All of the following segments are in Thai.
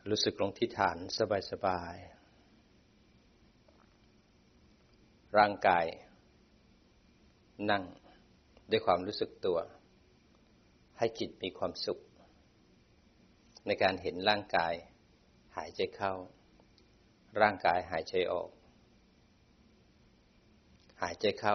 รู้สึกลงที่ฐานสบายๆร่างกายนั่งด้วยความรู้สึกตัวให้จิตมีความสุขในการเห็นร่างกายหายใจเข้าร่างกายหายใจออกหายใจเข้า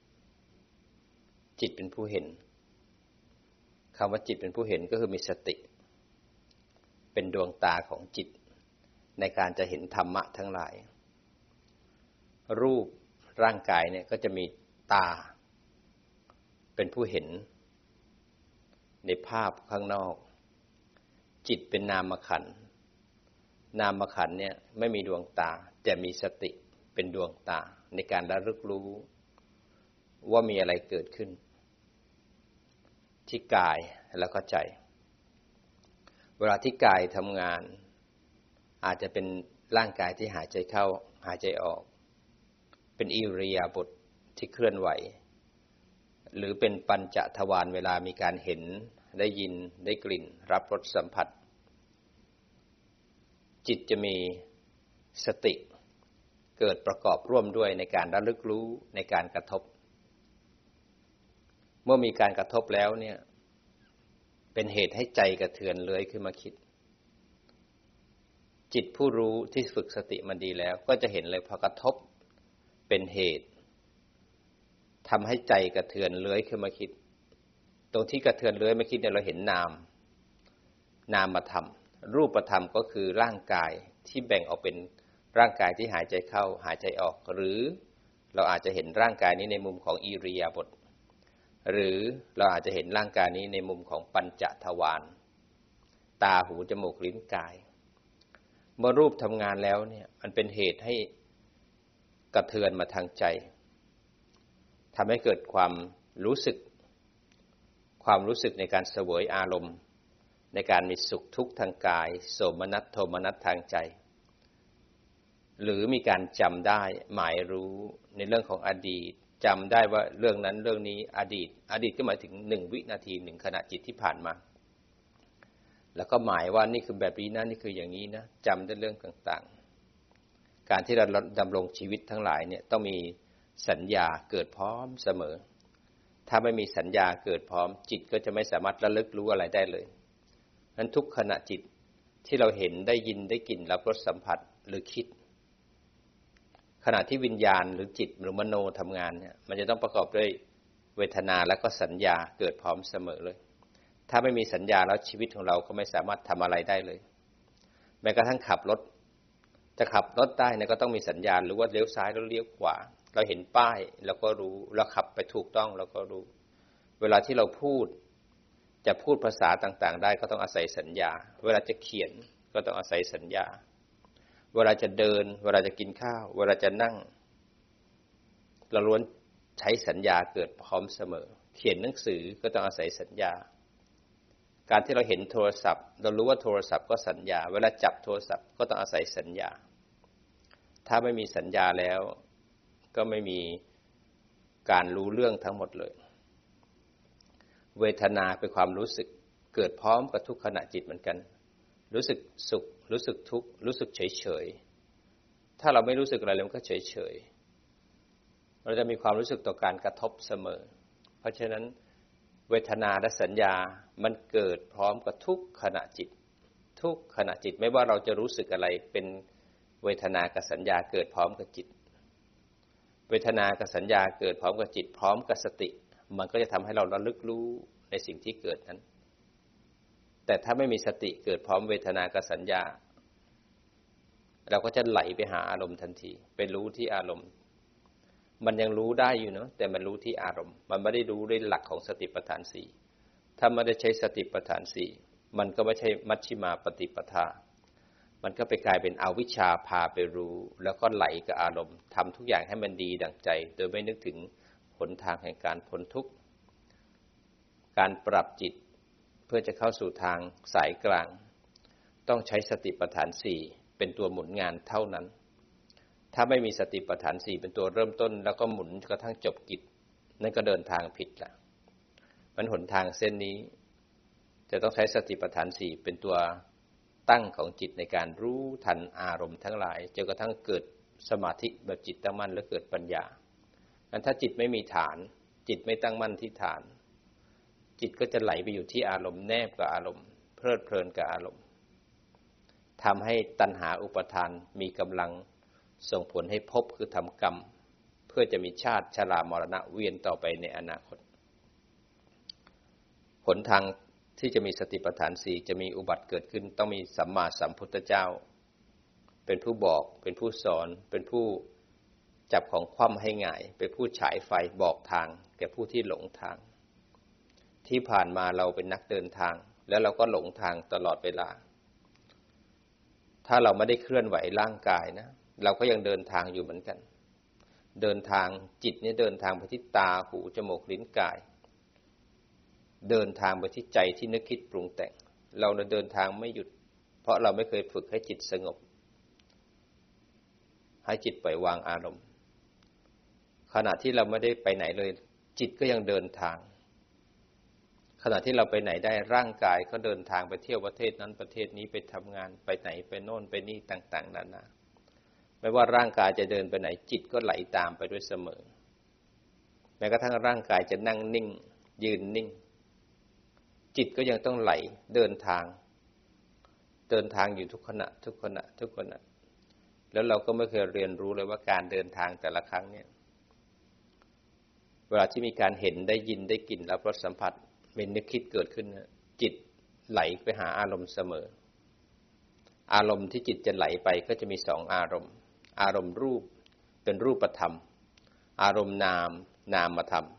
จิตเป็นผู้เห็นคำว่าจิตเป็นผู้เห็นก็คือมีสติเป็นดวงตาของจิตในการจะเห็นธรรมะทั้งหลายรูปร่างกายเนี่ยก็จะมีตาเป็นผู้เห็นในภาพข้างนอกจิตเป็นนามขันธ์นามขันธ์เนี่ยไม่มีดวงตาแต่มีสติเป็นดวงตาในการระลึกรู้ว่ามีอะไรเกิดขึ้นที่กายแล้วก็ใจเวลาที่กายทำงานอาจจะเป็นร่างกายที่หายใจเข้าหายใจออกเป็นอิริยาบถที่เคลื่อนไหวหรือเป็นปัญจทวารเวลามีการเห็นได้ยินได้กลิ่นรับรสสัมผัสจิตจะมีสติเกิดประกอบร่วมด้วยในการระลึกรู้ในการกระทบเมื่อมีการกระทบแล้วเนี่ยเป็นเหตุให้ใจกระเทือนเลื้อยขึ้นมาคิดจิตผู้รู้ที่ฝึกสติมันดีแล้วก็จะเห็นเลยพอกระทบเป็นเหตุทำให้ใจกระเทือนเลื้อยขึ้นมาคิดตรงที่กระเทือนเลื้อยมาคิดเนี่ยเราเห็นนามธรรมรูปธรรมก็คือร่างกายที่แบ่งออกเป็นร่างกายที่หายใจเข้าหายใจออกหรือเราอาจจะเห็นร่างกายนี้ในมุมของอิริยาบถหรือเราอาจจะเห็นร่างกายนี้ในมุมของปัญจทวารตาหูจมูกลิ้นกายเมื่อรูปทำงานแล้วเนี่ยมันเป็นเหตุให้กระเทือนมาทางใจทำให้เกิดความรู้สึกในการเสวยอารมณ์ในการมีสุขทุกข์ทางกายโสมนัสโทมนัสทางใจหรือมีการจำได้หมายรู้ในเรื่องของอดีตจำได้ว่าเรื่องนั้นเรื่องนี้อดีตก็หมายถึง1วินาที1ขณะจิตที่ผ่านมาแล้วก็หมายว่านี่คือแบบนี้นะนี่คืออย่างนี้นะจำได้เรื่องต่างๆการที่เราดำรงชีวิตทั้งหลายเนี่ยต้องมีสัญญาเกิดพร้อมเสมอถ้าไม่มีสัญญาเกิดพร้อมจิตก็จะไม่สามารถระลึกรู้อะไรได้เลยนั้นทุกขณะจิตที่เราเห็นได้ยินได้กลิ่นรับรสสัมผัสหรือคิดขณะที่วิญญาณหรือจิตหรือมโนทำงานเนี่ยมันจะต้องประกอบด้วยเวทนาและก็สัญญาเกิดพร้อมเสมอเลยถ้าไม่มีสัญญาแล้วชีวิตของเราก็ไม่สามารถทำอะไรได้เลยแม้กระทั่งขับรถจะขับรถได้เนี่ยก็ต้องมีสัญญาณหรือว่าเลี้ยวซ้ายแล้วเลี้ยวขวาเราเห็นป้ายเราก็รู้เราขับไปถูกต้องเราก็รู้เวลาที่เราพูดจะพูดภาษาต่างๆได้ก็ต้องอาศัยสัญญาเวลาจะเขียนก็ต้องอาศัยสัญญาเวลาจะเดินเวลาจะกินข้าวเวลาจะนั่งเราล้วนใช้สัญญาเกิดพร้อมเสมอเขียนหนังสือก็ต้องอาศัยสัญญาการที่เราเห็นโทรศัพท์เรารู้ว่าโทรศัพท์ก็สัญญาเวลาจับโทรศัพท์ก็ต้องอาศัยสัญญาถ้าไม่มีสัญญาแล้วก็ไม่มีการรู้เรื่องทั้งหมดเลยเวทนาเป็นความรู้สึกเกิดพร้อมกับทุกขณะจิตเหมือนกันรู้สึกสุขรู้สึกทุกข์รู้สึกเฉยๆถ้าเราไม่รู้สึกอะไรเลยมันก็เฉยๆเราจะมีความรู้สึกต่อการกระทบเสมอเพราะฉะนั้นเวทนาและสัญญามันเกิดพร้อมกับทุกขณะจิตทุกขณะจิตไม่ว่าเราจะรู้สึกอะไรเป็นเวทนากับสัญญาเกิดพร้อมกับจิตเวทนากับสัญญาเกิดพร้อมกับจิตพร้อมกับสติมันก็จะทำให้เราระลึกรู้ในสิ่งที่เกิดนั้นแต่ถ้าไม่มีสติเกิดพร้อมเวทนากับสัญญาเราก็จะไหลไปหาอารมณ์ทันทีไปรู้ที่อารมณ์มันยังรู้ได้อยู่เนาะแต่มันรู้ที่อารมณ์มันไม่ได้รู้ด้วยหลักของสติปัฏฐาน4ถ้าไม่ได้ใช้สติปัฏฐาน4มันก็ไม่ใช่มัชฌิมาปฏิปทามันก็ไปกลายเป็นอวิชชาพาไปรู้แล้วก็ไหลกับอารมณ์ทำทุกอย่างให้มันดีดั่งใจโดยไม่นึกถึงหนทางแห่งการพ้นทุกข์การปรับจิตเพื่อจะเข้าสู่ทางสายกลางต้องใช้สติปัฏฐาน4เป็นตัวหมุนงานเท่านั้นถ้าไม่มีสติปัฏฐาน4เป็นตัวเริ่มต้นแล้วก็หมุนกระทั่งจบกิจนั่นก็เดินทางผิดละมันหนทางเส้นนี้จะต้องใช้สติปัฏฐาน4เป็นตัวตั้งของจิตในการรู้ทันอารมณ์ทั้งหลายจนกระทั่งเกิดสมาธิแบบจิตตั้งมั่นและเกิดปัญญาถ้าจิตไม่มีฐานจิตไม่ตั้งมั่นที่ฐานจิตก็จะไหลไปอยู่ที่อารมณ์แนบกับอารมณ์เพลิดเพลินกับอารมณ์ทำให้ตัณหาอุปทานมีกำลังส่งผลให้ภพคือทำกรรมเพื่อจะมีชาติชรามรณะเวียนต่อไปในอนาคตหนทางที่จะมีสติปัฏฐานสี่จะมีอุบัติเกิดขึ้นต้องมีสัมมาสัมพุทธเจ้าเป็นผู้บอกเป็นผู้สอนเป็นผู้จับของคว่ำให้ง่ายเป็นผู้ฉายไฟบอกทางแก่ผู้ที่หลงทางที่ผ่านมาเราเป็นนักเดินทางแล้วเราก็หลงทางตลอดเวลาถ้าเราไม่ได้เคลื่อนไหวร่างกายนะเราก็ยังเดินทางอยู่เหมือนกันเดินทางจิตนี่เดินทางไปที่ตาหูจมูกลิ้นกายเดินทางไปที่ใจที่นึกคิดปรุงแต่งเราเดินทางไม่หยุดเพราะเราไม่เคยฝึกให้จิตสงบให้จิตปล่อยวางอารมณ์ขณะที่เราไม่ได้ไปไหนเลยจิตก็ยังเดินทางขณะที่เราไปไหนได้ร่างกายก็เดินทางไปเที่ยวประเทศนั้นประเทศนี้ไปทำงานไปไหนไปโน่นไปนี่ต่างๆนานาไม่ว่าร่างกายจะเดินไปไหนจิตก็ไหลตามไปด้วยเสมอแม้กระทั่งร่างกายจะนั่งนิ่งยืนนิ่งจิตก็ยังต้องไหลเดินทางอยู่ทุกขณะทุกขณะทุกขณะแล้วเราก็ไม่เคยเรียนรู้เลยว่าการเดินทางแต่ละครั้งเนี่ยเวลาที่มีการเห็นได้ยินได้กลิ่นรับรสสัมผัสมีนึกคิดเกิดขึ้นจิตไหลไปหาอารมณ์เสมออารมณ์ที่จิตจะไหลไปก็จะมีสองอารมณ์อารมณ์รูปเป็นรูปธรรมอารมณ์นามนามธรรม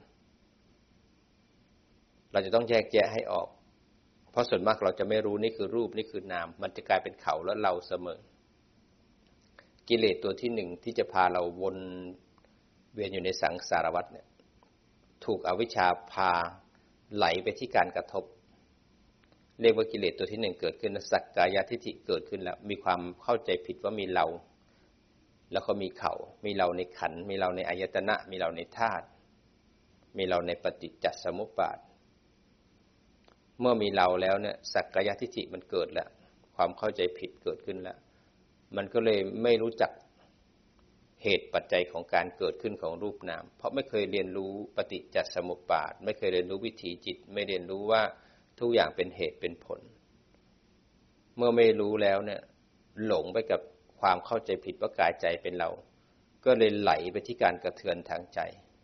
เราจะต้องแยกแยะให้ออกเพราะส่วนมากเราจะไม่รู้นี่คือรูปนี่คือนามมันจะกลายเป็นเขาและเราเสมอกิเลสตัวที่หนึ่งที่จะพาเราวนเวียนอยู่ในสังสารวัฏเนี่ยถูกอวิชชาพาไหลไปที่การกระทบเรียกว่ากิเลสตัวที่หนึ่งเกิดขึ้นสักกายทิฏฐิเกิดขึ้นแล้วมีความเข้าใจผิดว่ามีเราแล้วก็มีเขามีเราในขันธ์มีเราในอายตนะมีเราในธาตุมีเราในปฏิจจสมุปบาทเมื่อมีเราแล้วเนี่ยสักกายทิฏฐิมันเกิดแล้วความเข้าใจผิดเกิดขึ้นแล้วมันก็เลยไม่รู้จักเหตุปัจจัยของการเกิดขึ้นของรูปนามเพราะไม่เคยเรียนรู้ปฏิจจสมุปบาทไม่เคยเรียนรู้วิถีจิตไม่เรียนรู้ว่าทุกอย่างเป็นเหตุเป็นผลเมื่อไม่รู้แล้วเนี่ยหลงไปกับความเข้าใจผิดว่ากายใจเป็นเราก็เลยไหลไปที่การกระเทือนทางใจ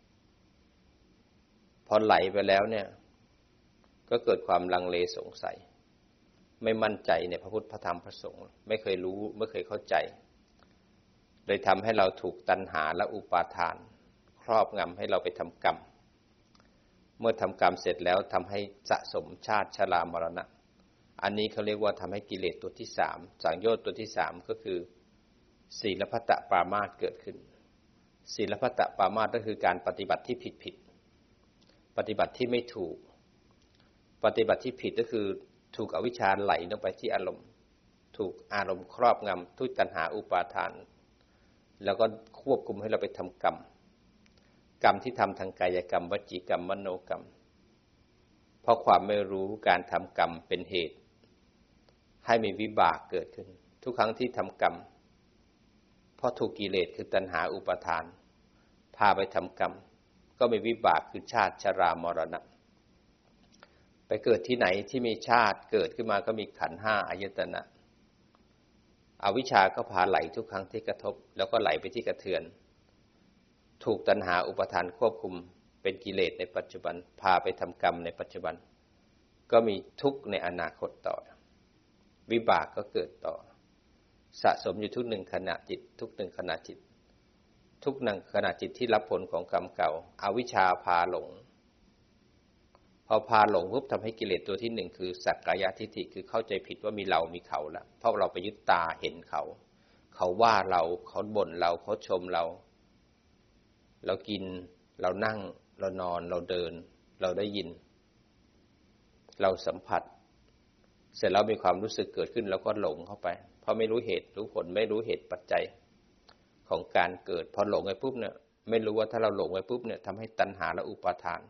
พอไหลไปแล้วเนี่ยก็เกิดความลังเลสงสัยไม่มั่นใจในพระพุทธพระธรรมพระสงฆ์ไม่เคยรู้ไม่เคยเข้าใจเลยทำให้เราถูกตัณหาและอุปาทานครอบงำให้เราไปทำกรรมเมื่อทำกรรมเสร็จแล้วทำให้สะสมชาติชรามรณะอันนี้เขาเรียกว่าทำให้กิเลสตัวที่สามสังโยชน์ตัวที่สามก็คือศีลพัตตปรามาสเกิดขึ้นศีลพัตตปรามาสก็คือการปฏิบัติที่ผิดปฏิบัติที่ไม่ถูกปฏิบัติที่ผิดก็คือถูกอวิชชาไหลลงไปที่อารมณ์ถูกอารมณ์ครอบงำทุกตัณหาอุปาทานแล้วก็ควบคุมให้เราไปทำกรรมที่ทำทางกายกรรมวจีกรรมมโนกรรมเพราะความไม่รู้การทำกรรมเป็นเหตุให้มีวิบากเกิดขึ้นทุกครั้งที่ทำกรรมเพราะถูกกิเลสคือตัณหาอุปาทานพาไปทำกรรมก็มีวิบากคือชาติชรามรณะไปเกิดที่ไหนที่มีชาติเกิดขึ้นมาก็มีขันธ์ห้าอายตนะอวิชชาก็พาไหลทุกครั้งที่กระทบแล้วก็ไหลไปที่กระเทือนถูกตัณหาอุปาทานควบคุมเป็นกิเลสในปัจจุบันพาไปทำกรรมในปัจจุบันก็มีทุกข์ในอนาคตต่อวิบากก็เกิดต่อสะสมอยู่ทุกหนึ่งขณะจิตทุกหนึ่งขณะจิตทุกหนึ่งขณะจิตที่รับผลของกรรมเก่าอวิชชาพาหลงพอพาหลงปุ๊บทำให้กิเลสตัวที่หนึ่งคือสักกายทิฏฐิคือเข้าใจผิดว่ามีเรามีเขาแล้วเพราะเราไปยึดตาเห็นเขาว่าเราเขาบ่นเราเขาชมเรากินเรานั่งเรานอนเราเดินเราได้ยินเราสัมผัสเสร็จแล้วมีความรู้สึกเกิดขึ้นแล้วก็หลงเข้าไปเพราะไม่รู้เหตุรู้ผลไม่รู้เหตุปัจจัยของการเกิดพอหลงไปปุ๊บเนี่ยไม่รู้ว่าถ้าเราหลงไปปุ๊บเนี่ยทำให้ตัณหาและอุปาทาน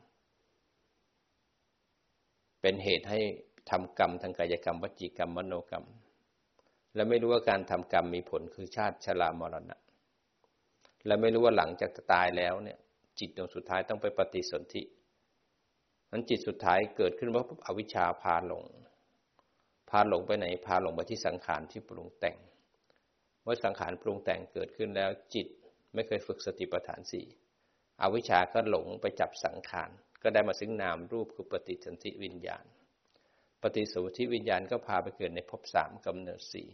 เป็นเหตุให้ทำกรรมทางกายกรรมวจีกรรมมโนกรรมและไม่รู้ว่าการทำกรรมมีผลคือชาติชรามรณะและไม่รู้ว่าหลังจากตายแล้วเนี่ยจิตดวงสุดท้ายต้องไปปฏิสนธินั้นจิตสุดท้ายเกิดขึ้นเพราะอวิชชาพาหลงไปไหนพาหลงไปที่สังขารที่ปรุงแต่งเมื่อสังขารปรุงแต่งเกิดขึ้นแล้วจิตไม่เคยฝึกสติปัฏฐานสี่อวิชชาก็หลงไปจับสังขารก็ได้มาซึ่งนามรูปคือปฏิสนธิวิญญาณปฏิสนธิวิญญาณก็พาไปเกิดในภพสามกำเนิดสี่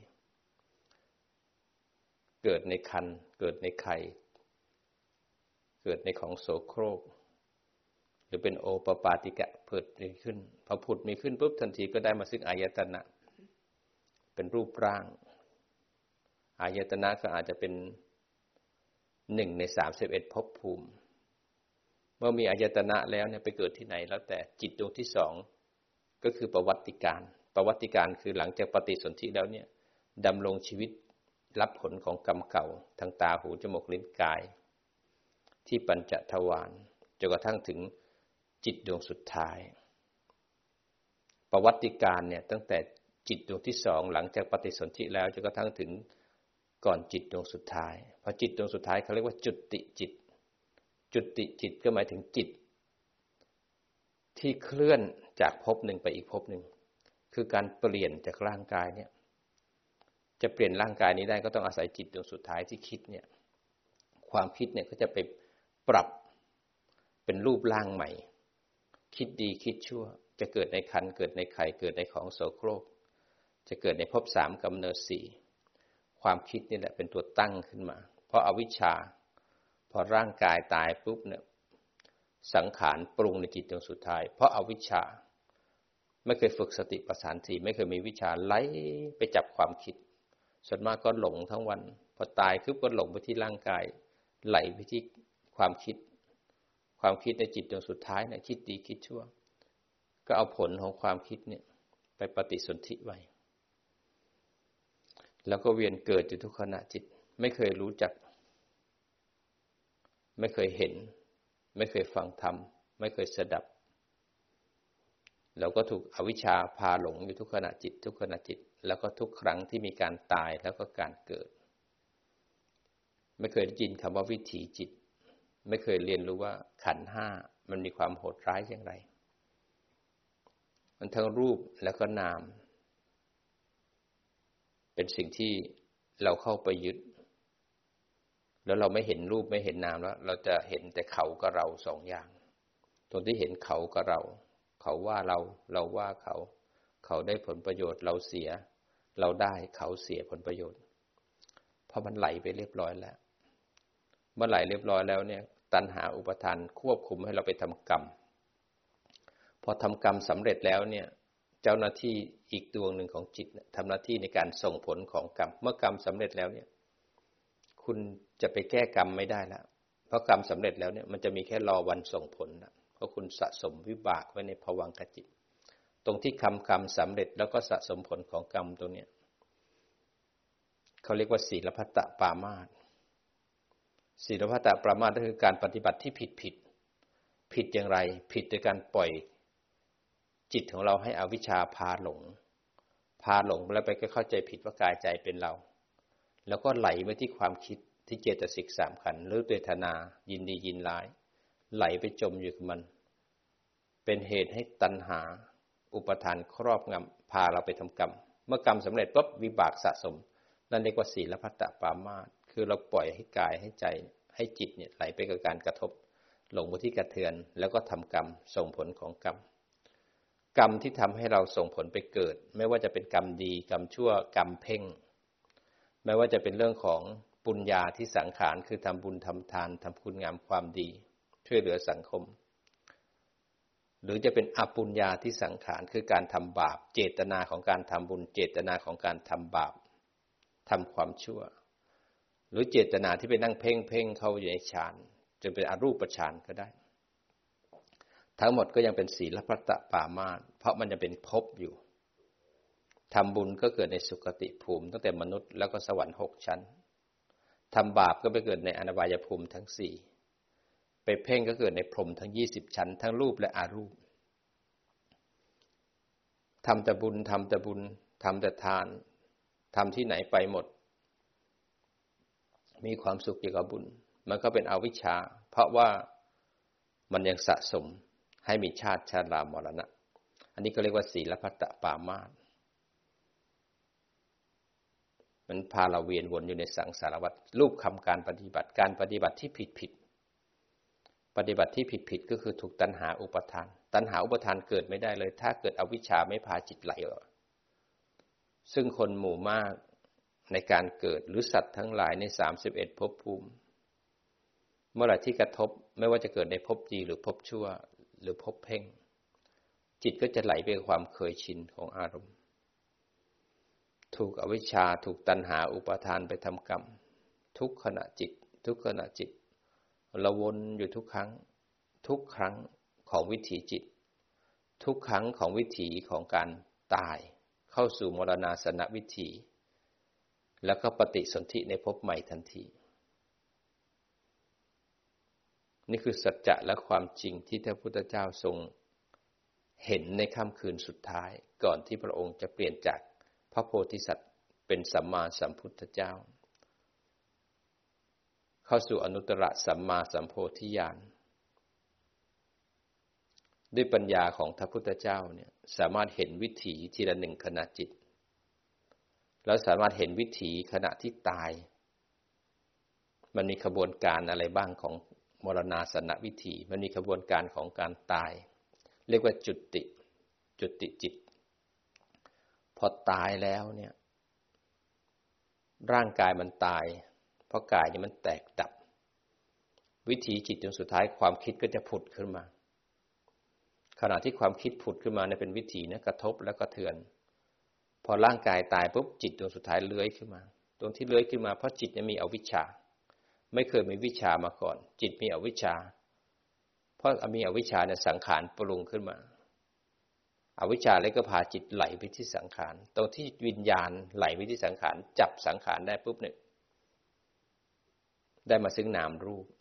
เกิดในครรภ์เกิดในไข่เกิดในของโสโครกหรือเป็นโอปปาติกะเกิดมีขึ้นพอผุดมีขึ้นปุ๊บทันทีก็ได้มาซึ่งอายตนะเป็นรูปร่างอายตนะก็อาจจะเป็น1 ใน 31ภพภูมิเมื่อมีอายตนะแล้วเนี่ยไปเกิดที่ไหนแล้วแต่จิตดวงที่สองก็คือประวัติการคือหลังจากปฏิสนธิแล้วเนี่ยดำรงชีวิตรับผลของกรรมเก่าทางตาหูจมูกลิ้นกายที่ปัญจทวารจนกระทั่งถึงจิตดวงสุดท้ายประวัติการเนี่ยตั้งแต่จิตดวงที่สองหลังจากปฏิสนธิแล้วจนกระทั่งถึงก่อนจิตดวงสุดท้ายพอจิตดวงสุดท้ายเขาเรียกว่าจุติจิตก็หมายถึงจิตที่เคลื่อนจากภพหนึ่งไปอีกภพหนึ่งคือการเปลี่ยนจากร่างกายเนี่ยจะเปลี่ยนร่างกายนี้ได้ก็ต้องอาศัยจิตดวงสุดท้ายที่คิดเนี่ยความคิดเนี่ยก็จะไปปรับเป็นรูปร่างใหม่คิดดีคิดชั่วจะเกิดในครรภ์เกิดในไข่เกิดในของโสโครกจะเกิดในภพสามกำเนิดสี่ความคิดนี่แหละเป็นตัวตั้งขึ้นมาเพราะอวิชชาพอร่างกายตายปุ๊บเนี่ยสังขารปรุงในจิตดวงสุดท้ายเพราะอวิชชาไม่เคยฝึกสติปัฏฐานสี่ไม่เคยมีวิชาไหลไปจับความคิดส่วนมากก็หลงทั้งวันพอตายปุ๊บก็หลงไปที่ร่างกายไหลไปที่ความคิดในจิตดวงสุดท้ายเนี่ยคิดดีคิดชั่วก็เอาผลของความคิดเนี่ยไปปฏิสนธิไว้แล้วก็เวียนเกิดอยู่ทุกขณะจิตไม่เคยรู้จักไม่เคยเห็นไม่เคยฟังธรรมไม่เคยสดับเราก็ถูกอวิชชาพาหลงอยู่ทุกขณะจิตแล้วก็ทุกครั้งที่มีการตายแล้วก็การเกิดไม่เคยได้ยินคำว่าวิถีจิตไม่เคยเรียนรู้ว่าขันธ์ห้ามันมีความโหดร้ายอย่างไรมันทั้งรูปแล้วก็นามเป็นสิ่งที่เราเข้าไปยึดแล้วเราไม่เห็นรูปไม่เห็นนามแล้วเราจะเห็นแต่เขากับเราสองอย่างตรงที่เห็นเขากับเราเขาว่าเราว่าเขาได้ผลประโยชน์เราเสียเราได้เขาเสียผลประโยชน์เพราะมันไหลไปเรียบร้อยแล้วเมื่อไหลเรียบร้อยแล้วเนี่ยตัณหาอุปทานควบคุมให้เราไปทำกรรมพอทำกรรมสำเร็จแล้วเนี่ยเจ้าหน้าที่อีกดวงหนึ่งของจิตทำหน้าที่ในการส่งผลของกรรมเมื่อกรรมสำเร็จแล้วเนี่ยคุณจะไปแก้กรรมไม่ได้แล้วเพราะกรรมสำเร็จแล้วเนี่ยมันจะมีแค่รอวันส่งผลนะเพราะคุณสะสมวิบากไว้ในภวังคจิตตรงที่กรรมสำเร็จแล้วก็สะสมผลของกรรมตรงนี้เขาเรียกว่าศีลพัตตปามาสศีลพัตตปามาสก็คือการปฏิบัติที่ผิดอย่างไรผิดโดยการปล่อยจิตของเราให้อวิชชาพาหลงแล้วไปก็เข้าใจผิดว่ากายใจเป็นเราแล้วก็ไหลไปที่ความคิดที่เจตสิกสามขันธ์หรือเวทนายินดียินร้ายไหลไปจมอยู่กับมันเป็นเหตุให้ตัณหาอุปทานครอบงำพาเราไปทำกรรมเมื่อกรรมสำเร็จปุ๊บวิบากสะสมนั่นเรียกว่าศีลพัตตปามาสคือเราปล่อยให้กายให้ใจให้จิตเนี่ยไหลไปกับการกระทบหลงไปที่กระเทือนแล้วก็ทำกรรมส่งผลของกรรมที่ทำให้เราส่งผลไปเกิดไม่ว่าจะเป็นกรรมดีกรรมชั่วกรรมเพ่งไม่ว่าจะเป็นเรื่องของปุญญาที่สังขารคือทำบุญทำทานทำคุณงามความดีช่วยเหลือสังคมหรือจะเป็นอปุญญาที่สังขารคือการทำบาปเจตนาของการทำบุญเจตนาของการทำบาปทำความชั่วหรือเจตนาที่ไปนั่งเพ่งเข้าอยู่ในฌานจนเป็นอรูปฌานก็ได้ทั้งหมดก็ยังเป็นศีลพัตตปามาสเพราะมันจะเป็นภพอยู่ทำบุญก็เกิดในสุคติภูมิตั้งแต่มนุษย์แล้วก็สวรรค์6ชั้นทำบาปก็ไปเกิดในอนบายภูมิทั้ง4ไปเพ่งก็เกิดในพรหมทั้ง20ชั้นทั้งรูปและอรูปทำแต่บุญทำแต่ทานทำที่ไหนไปหมดมีความสุขเกี่ยวกับบุญมันก็เป็นอวิชชาเพราะว่ามันยังสะสมให้มีชาติชรามรณะอันนี้ก็เรียกว่าศีลพัตตปามาสมันพาเราเวียนวนอยู่ในสังสารวัฏรูปคำการปฏิบัติที่ผิดปฏิบัติที่ผิดก็คือถูกตัณหาอุปทานตัณหาอุปทานเกิดไม่ได้เลยถ้าเกิดอวิชชาไม่พาจิตไหลออกซึ่งคนหมู่มากในการเกิดหรือสัตว์ทั้งหลายใน31ภพภูมิเมื่อไหร่ที่กระทบไม่ว่าจะเกิดในภพดีหรือภพชั่วหรือภพเพ่งจิตก็จะไหลไปกับความเคยชินของอารมณ์ถูกอวิชชาถูกตัณหาอุปาทานไปทำกรรมทุกขณะจิตละวนอยู่ทุกครั้งของวิถีจิตทุกครั้งของวิถีของการตายเข้าสู่มรณาสนวิถีแล้วก็ปฏิสนธิในภพใหม่ทันทีนี่คือสัจจะและความจริงที่พระพุทธเจ้าทรงเห็นในค่ำคืนสุดท้ายก่อนที่พระองค์จะเปลี่ยนจากพระโพธิสัตว์เป็นสัมมาสัมพุทธเจ้าเข้าสู่อนุตตรสัมมาสัมโพธิญาณด้วยปัญญาของพระพุทธเจ้าเนี่ยสามารถเห็นวิถีทีละหนึ่งขณะจิตแล้วสามารถเห็นวิถีขณะที่ตายมันมีขบวนการอะไรบ้างของมรณาสนวิถีมันมีขบวนการของการตายเรียกว่าจุติจิตพอตายแล้วเนี่ยร่างกายมันตายเพราะกายเนี่ยมันแตกดับวิถีจิตจนสุดท้ายความคิดก็จะผุดขึ้นมาขณะที่ความคิดผุดขึ้นมาเนี่ยเป็นวิถีนะกระทบแล้วก็เทือนพอร่างกายตายปุ๊บจิตดวงสุดท้ายเลื้อยขึ้นมาตรงที่เลื้อยขึ้นมาเพราะจิตเนี่ยมีอวิชชาไม่เคยมีวิชามาก่อนจิตมีอวิชชาเพราะมีอวิชชาเนี่ยสังขารปรุงขึ้นมาอวิชชาเลยก็พาจิตไหลไปที่สังขารตรงที่วิญญาณไหลไปที่สังขารจับสังขารได้ปุ๊บเนี่ยได้มาซึ่งนามรูป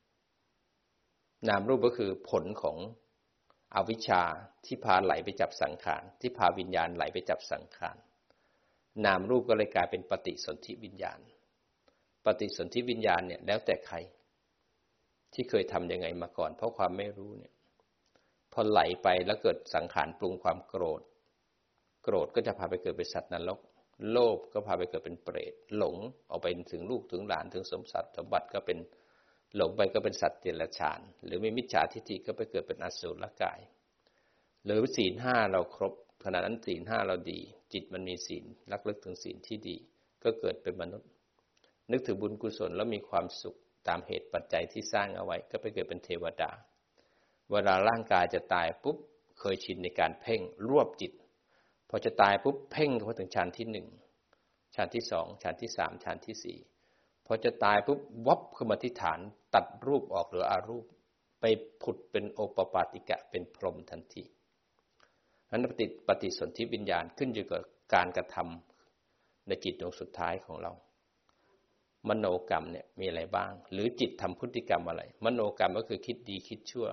ก็คือผลของอวิชชาที่พาไหลไปจับสังขารที่พาวิญญาณไหลไปจับสังขารนามรูปก็เลยกลายเป็นปฏิสนธิวิญญาณปฏิสนธิวิญญาณเนี่ยแล้วแต่ใครที่เคยทำยังไงมาก่อนเพราะความไม่รู้เนี่ยพอไหลไปแล้วเกิดสังขารปรุงความโกรธก็จะพาไปเกิดเป็นสัตว์นรกโลภก็พาไปเกิดเป็นเปรตหลงออกไปถึงลูกถึงหลานถึงสมบัติก็เป็นหลงไปก็เป็นสัตว์เดรัจฉานหรือมีมิจฉาทิฏฐิก็ไปเกิดเป็นอสุรกายหรือศีล5เราครบขณะนั้นศีล5เราดีจิตมันมีศีลระลึกถึงศีลที่ดีก็เกิดเป็นมนุษย์นึกถึงบุญกุศลแล้วมีความสุขตามเหตุปัจจัยที่สร้างเอาไว้ก็ไปเกิดเป็นเทวดาเวลาร่างกายจะตายปุ๊บเคยชินในการเพ่งรวบจิตพอจะตายปุ๊บเพ่งเข้าถึงฌานที่1ฌานที่2ฌานที่3ฌานที่4พอจะตายปุ๊บวับขึ้นมาที่ฐานตัดรูปออกเหลืออารูปไปผุดเป็นโอปปาติกะเป็นพรหมทันทีนั้นปฏิสนธิวิญญาณขึ้นอยู่กับการกระทำในจิตดวงสุดท้ายของเรามโนกรรมเนี่ยมีอะไรบ้างหรือจิตทำพฤติกรรมอะไรมโนกรรมก็คือคิดดีคิดชั่ว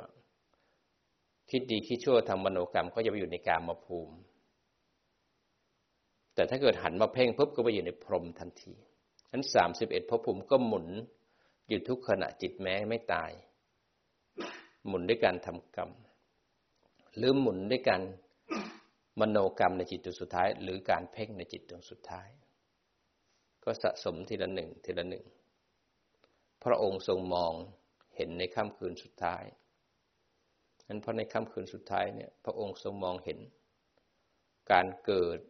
ทำมโนกรรมก็จะไปอยู่ในกามภูมิแต่ถ้าเกิดหันมาเพ่งปุ๊บก็ไปอยู่ในพรหมทันทีนั้น31ภพภูมิก็หมุนอยู่ทุกขณะจิตแม้ไม่ตายหมุนด้วยการทำกรรมหรือหมุนด้วยการมโนกรรมในจิตดวงสุดท้ายหรือการเพ่งในจิตดวงสุดท้ายก็สะสมทีละหนึ่งพระองค์ทรงมองเห็นในค่ำคืนสุดท้ายนั้นเพราะในค่ำคืนสุดท้ายเนี่ยพระองค์ทรงมองเห็นการเกิด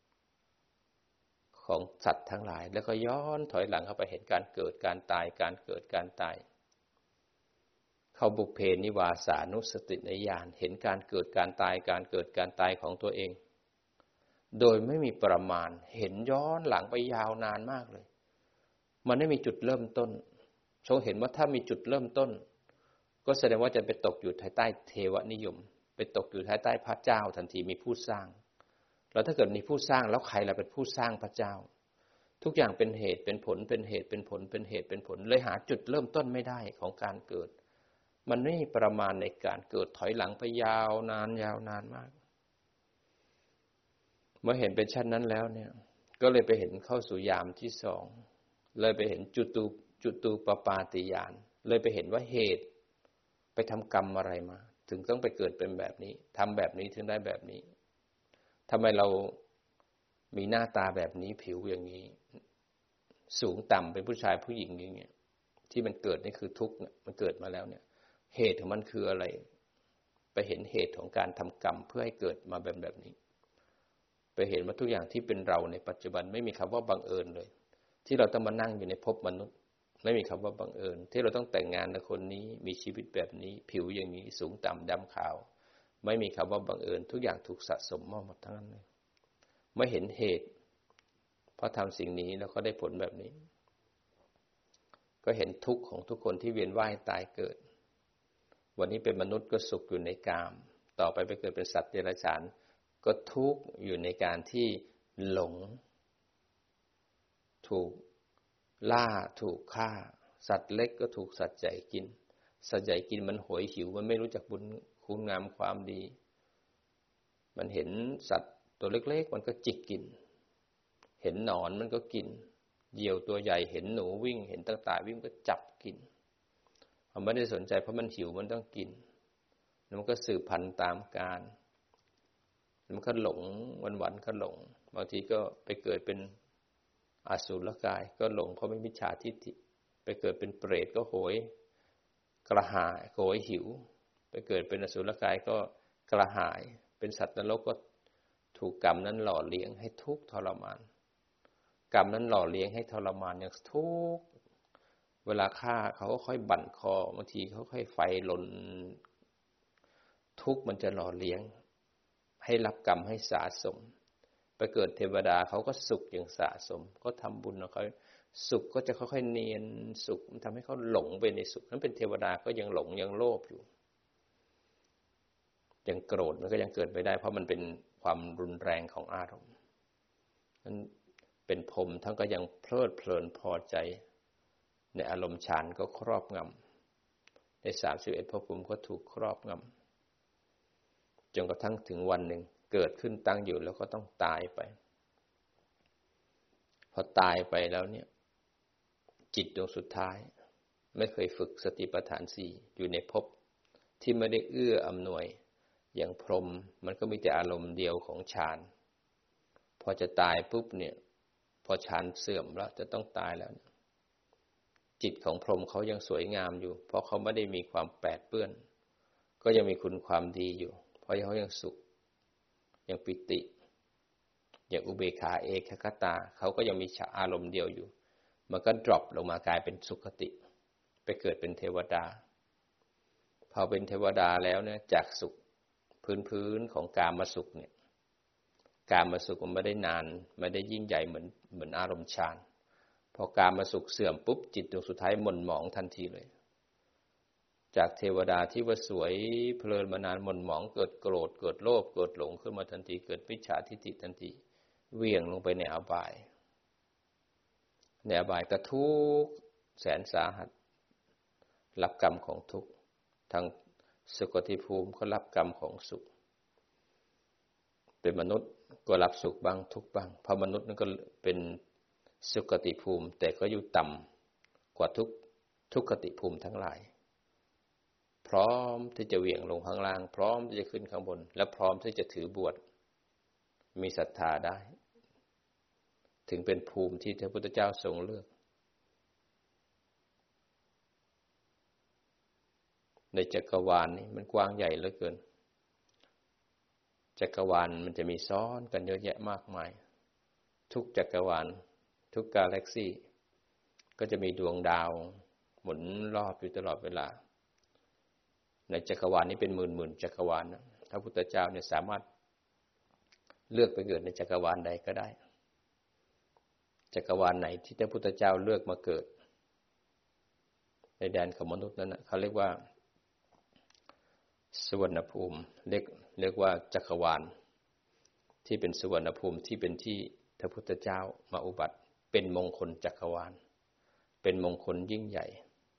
ของสัตว์ทั้งหลายแล้วก็ย้อนถอยหลังเข้าไปเห็นการเกิดการตายการเกิดการตายเข้าบุพเพนิวาสานุสติญาณเห็นการเกิดการตายการเกิดการตายของตัวเองโดยไม่มีประมาณเห็นย้อนหลังไปยาวนานมากเลยมันไม่มีจุดเริ่มต้นทรงเห็นว่าถ้ามีจุดเริ่มต้นก็แสดงว่าจะไปตกอยู่ภายใต้เทวนิยมไปตกอยู่ภายใต้พระเจ้าทันทีมีผู้สร้างแล้วถ้าเกิดมีผู้สร้างแล้วใครล่ะเป็นผู้สร้างพระเจ้าทุกอย่างเป็นเหตุเป็นผลเป็นเหตุเป็นผลเป็นเหตุเป็นผลเลยหาจุดเริ่มต้นไม่ได้ของการเกิดมันไม่มีประมาณในการเกิดถอยหลังไปยาวนานมากเมื่อเห็นเป็นเช่นนั้นแล้วเนี่ยก็เลยไปเห็นเข้าสู่ยามที่สองเลยไปเห็นจุตูปปาติญาณเลยไปเห็นว่าเหตุไปทำกรรมอะไรมาถึงต้องไปเกิดเป็นแบบนี้ทำแบบนี้ถึงได้แบบนี้ทำไมเรามีหน้าตาแบบนี้ผิวอย่างนี้สูงต่ำเป็นผู้ชายผู้หญิงอย่างเงี้ยที่มันเกิดนี่คือทุกข์เนี่ยมันเกิดมาแล้วเนี่ยเหตุของมันคืออะไรไปเห็นเหตุของการทำกรรมเพื่อให้เกิดมาแบบนี้ไปเห็นว่าทุกอย่างที่เป็นเราในปัจจุบันไม่มีคำว่าบังเอิญเลยที่เราต้องมานั่งอยู่ในภพมนุษย์ไม่มีคำว่าบังเอิญที่เราต้องแต่งงานกับคนนี้มีชีวิตแบบนี้ผิวอย่างนี้สูงต่ำดำขาวไม่มีคำว่าบังเอิญทุกอย่างถูกสะสมมาหมดทั้งนั้นเลยไม่เห็นเหตุเพราะทำสิ่งนี้แล้วก็ได้ผลแบบนี้ก็เห็นทุกข์ของทุกคนที่เวียนว่ายตายเกิดวันนี้เป็นมนุษย์ก็สุขอยู่ในกามต่อไปไปเกิดเป็นสัตว์เดรัจฉานก็ทุกข์อยู่ในการที่หลงถูกล่าถูกฆ่าสัตว์เล็กก็ถูกสัตว์ใหญ่กินสัตว์ใหญ่กินมันโหยหิวมันไม่รู้จักบุญคุณงามความดีมันเห็นสัตว์ตัวเล็กๆมันก็จิกกินเห็นหนอนมันก็กินเหยี่ยวตัวใหญ่เห็นหนูวิ่งเห็นต่างๆวิ่งก็จับกินมันไม่ได้สนใจเพราะมันหิวมันต้องกินแล้วมันก็สืบพันธุ์ตามกาลมันก็หลงวันๆก็หลงบางทีก็ไปเกิดเป็นอสุรกายก็หลงเพราะไม่มิจฉาทิฏฐิไปเกิดเป็นเปรตก็โหยกระหายโหยหิวไปเกิดเป็นอสุรกายก็กระหายเป็นสัตว์นรกก็ถูกกรรมนั้นหล่อเลี้ยงให้ทุกข์ทรมานกรรมนั้นหล่อเลี้ยงให้ทรมานอย่างทุกข์เวลาฆ่าเขาก็ค่อยบั่นคอบางทีเขาค่อยไฟลนทุกข์มันจะหล่อเลี้ยงให้รับกรรมให้สะสมไปเกิดเทวดาเขาก็สุขอย่างสะสมก็ทำบุญแล้วเขาสุขก็จะค่อยๆเนียนสุขมันทำให้เขาหลงไปในสุขนั้นเป็นเทวดาก็ยังหลงยังโลภอยู่ยังโกรธมันก็ยังเกิดไม่ได้เพราะมันเป็นความรุนแรงของอารมณ์นั้นเป็นพรหมทั้งก็ยังเพลิดเพลินพอใจในอารมณ์ฌานก็ครอบงำใน31ภพภูมิก็ถูกครอบงำจนกระทั่งถึงวันหนึ่งเกิดขึ้นตั้งอยู่แล้วก็ต้องตายไปพอตายไปแล้วเนี่ยจิตดวงสุดท้ายไม่เคยฝึกสติปัฏฐาน4อยู่ในภพที่ไม่ได้เอื้ออำนวยอย่างพรหมมันก็มีแต่อารมณ์เดียวของฌานพอจะตายปุ๊บเนี่ยพอฌานเสื่อมแล้วจะต้องตายแล้วจิตของพรหมเขายังสวยงามอยู่เพราะเขาไม่ได้มีความแปดเปื้อนก็ยังมีคุณความดีอยู่เพราะเขายังสุขยังปิติอย่างอุเบกขาเอกคตาเขาก็ยังมีอารมณ์เดียวอยู่มันก็ดรอปลงมากลายเป็นสุขติไปเกิดเป็นเทวดาพอเป็นเทวดาแล้วเนี่ยจากสุขพื้นของกามสุขเนี่ยกามสุขมันไม่ได้นานไม่ได้ยิ่งใหญ่เหมือนอารมณ์ฌานพอกามสุขเสื่อมปุ๊บจิตดวงสุดท้ายหม่นหมองทันทีเลยจากเทวดาที่ว่าสวยเพลินมานานหม่นหมองเกิดโกรธเกิดโลภเกิดหลงขึ้นมาทันทีเกิดมิจฉาทิฏฐิทันทีเหวี่ยงลงไปในอบายในอบายก็ทุกข์แสนสาหัสรับกรรมของทุกข์ทางสุคติภูมิก็รับกรรมของสุขเป็นมนุษย์ก็รับสุขบ้างทุกข์บ้างเพราะมนุษย์นั้นก็เป็นสุคติภูมิแต่ก็อยู่ต่ำกว่าทุกขติภูมิทั้งหลายพร้อมที่จะเหวี่ยงลงข้างล่างพร้อมที่จะขึ้นข้างบนและพร้อมที่จะถือบวชมีศรัทธาได้ถึงเป็นภูมิที่พระพุทธเจ้าทรงเลือกในจักรวาลนี้มันกว้างใหญ่เหลือเกินจักรวาลมันจะมีซ้อนกันเยอะแยะมากมายทุกจักรวาลทุกกาแล็กซี่ก็จะมีดวงดาวหมุนรอบอยู่ตลอดเวลาในจักรวาลนี้เป็นหมื่นจักรวาลนะพระพุทธเจ้าเนี่ยสามารถเลือกไปเกิดในจักรวาลใดก็ได้จักรวาลไหนที่พระพุทธเจ้าเลือกมาเกิดในแดนของมนุษย์นั้นเขาเรียกว่าสุวรรณภูมิเรียกว่าจักรวาลที่เป็นสุวรรณภูมิที่เป็นที่พระพุทธเจ้ามาอุบัติเป็นมงคลจักรวาลเป็นมงคลยิ่งใหญ่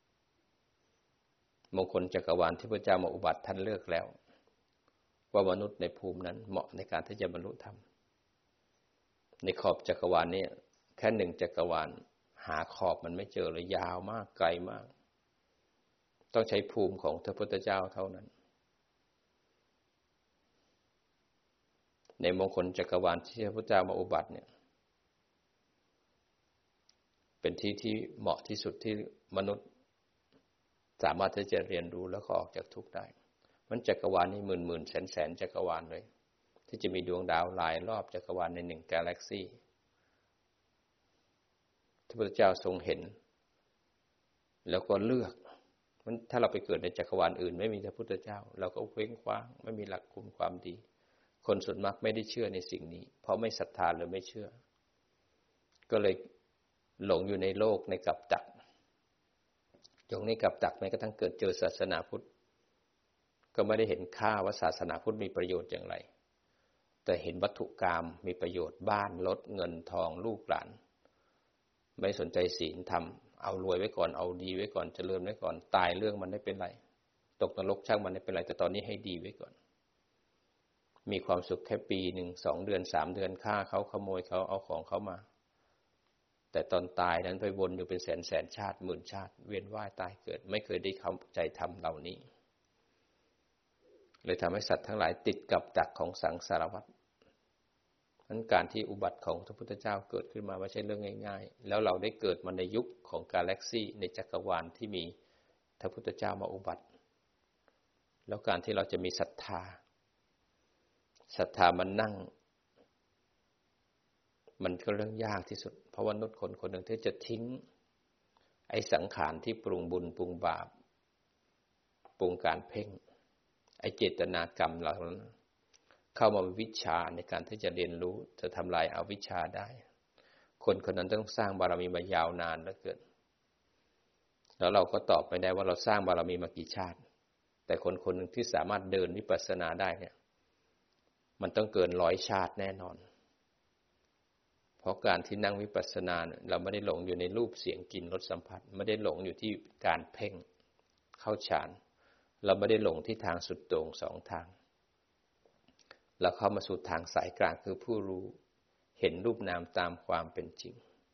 มงคลจักรวาลที่พระเจ้ามาอุบัติท่านเลือกแล้วว่ามนุษย์ในภูมินั้นเหมาะในการที่จะบรรลุธรรมในขอบจักรวาลนี้แค่หนึ่งจักรวาลหาขอบมันไม่เจอเลยยาวมากไกลมากต้องใช้ภูมิของพระพุทธเจ้าเท่านั้นในมงคลจักรวาลที่พระพุทธเจ้ามาอุบัติเนี่ยเป็นที่ที่เหมาะที่สุดที่มนุษย์สามารถที่จะเรียนรู้แล้วก็ออกจากทุกข์ได้มันจักรวาลนี้หมื่นแสนจักรวาลเลยที่จะมีดวงดาวหลายรอบจักรวาลในหนึ่งกาแล็กซี่ที่พระพุทธเจ้าทรงเห็นแล้วก็เลือกมันถ้าเราไปเกิดในจักรวาลอื่นไม่มีพระพุทธเจ้าเราก็เคว้งคว้างไม่มีหลักคุณความดีคนส่วนมากไม่ได้เชื่อในสิ่งนี้เพราะไม่ศรัทธาหรือไม่เชื่อก็เลยหลงอยู่ในโลกในกัปตักจงในกัปตักแม้กระทั่งเกิดเจอศาสนาพุทธก็ไม่ได้เห็นค่าว่าศาสนาพุทธมีประโยชน์อย่างไรแต่เห็นวัตถุกรรมมีประโยชน์บ้านรถเงินทองลูกหลานไม่สนใจศีลธรรมเอารวยไว้ก่อนเอาดีไว้ก่อนเจริญไว้ก่อนตายเรื่องมันไม่เป็นไรตกนรกช่างมันไม่เป็นไรแต่ตอนนี้ให้ดีไว้ก่อนมีความสุขแค่ปีหนึ่ง2 เดือน3 เดือนฆ่าเขาขโมยเขาเอาของเขามาแต่ตอนตายนั้นไปวนอยู่เป็นแสนชาติหมื่นชาติเวียนว่ายตายเกิดไม่เคยได้เข้าใจธรรมเหล่านี้เลยทำให้สัตว์ทั้งหลายติดกับดักของสังสารวัฏนั้นการที่อุบัติของพระพุทธเจ้าเกิดขึ้นมาไม่ใช่เรื่องง่ายๆแล้วเราได้เกิดมาในยุคของกาแล็กซี่ในจักรวาลที่มีพระพุทธเจ้ามาอุบัติแล้วการที่เราจะมีศรัทธามันนั่งมันก็เรื่องยากที่สุดเพราะว่ามนุษย์คนหนึ่งที่จะทิ้งไอ้สังขารที่ปรุงบุญปรุงบาปปรุงการเพ่งไอ้เจตนากรรมเหล่านั้นเข้ามาวิชาในการที่จะเรียนรู้จะทำลายอวิชชาได้คนนั้นต้องสร้างบารมีมายาวนานเหลือเกินแล้วเราก็ตอบไม่ได้ว่าเราสร้างบารมีมากี่ชาติแต่คนหนึ่งที่สามารถเดินวิปัสสนาได้เนี่ยมันต้องเกิน100 ชาติแน่นอนเพราะการที่นั่งวิปัสสนาเราไม่ได้หลงอยู่ในรูปเสียงกลิ่นรสสัมผัสไม่ได้หลงอยู่ที่การเพ่งเข้าฌานเราไม่ได้หลงที่ทางสุดโต่ง2 ทางเราเข้ามาสู่ทางสายกลางคือผู้รู้เห็นรูปนามตามความเป็นจริง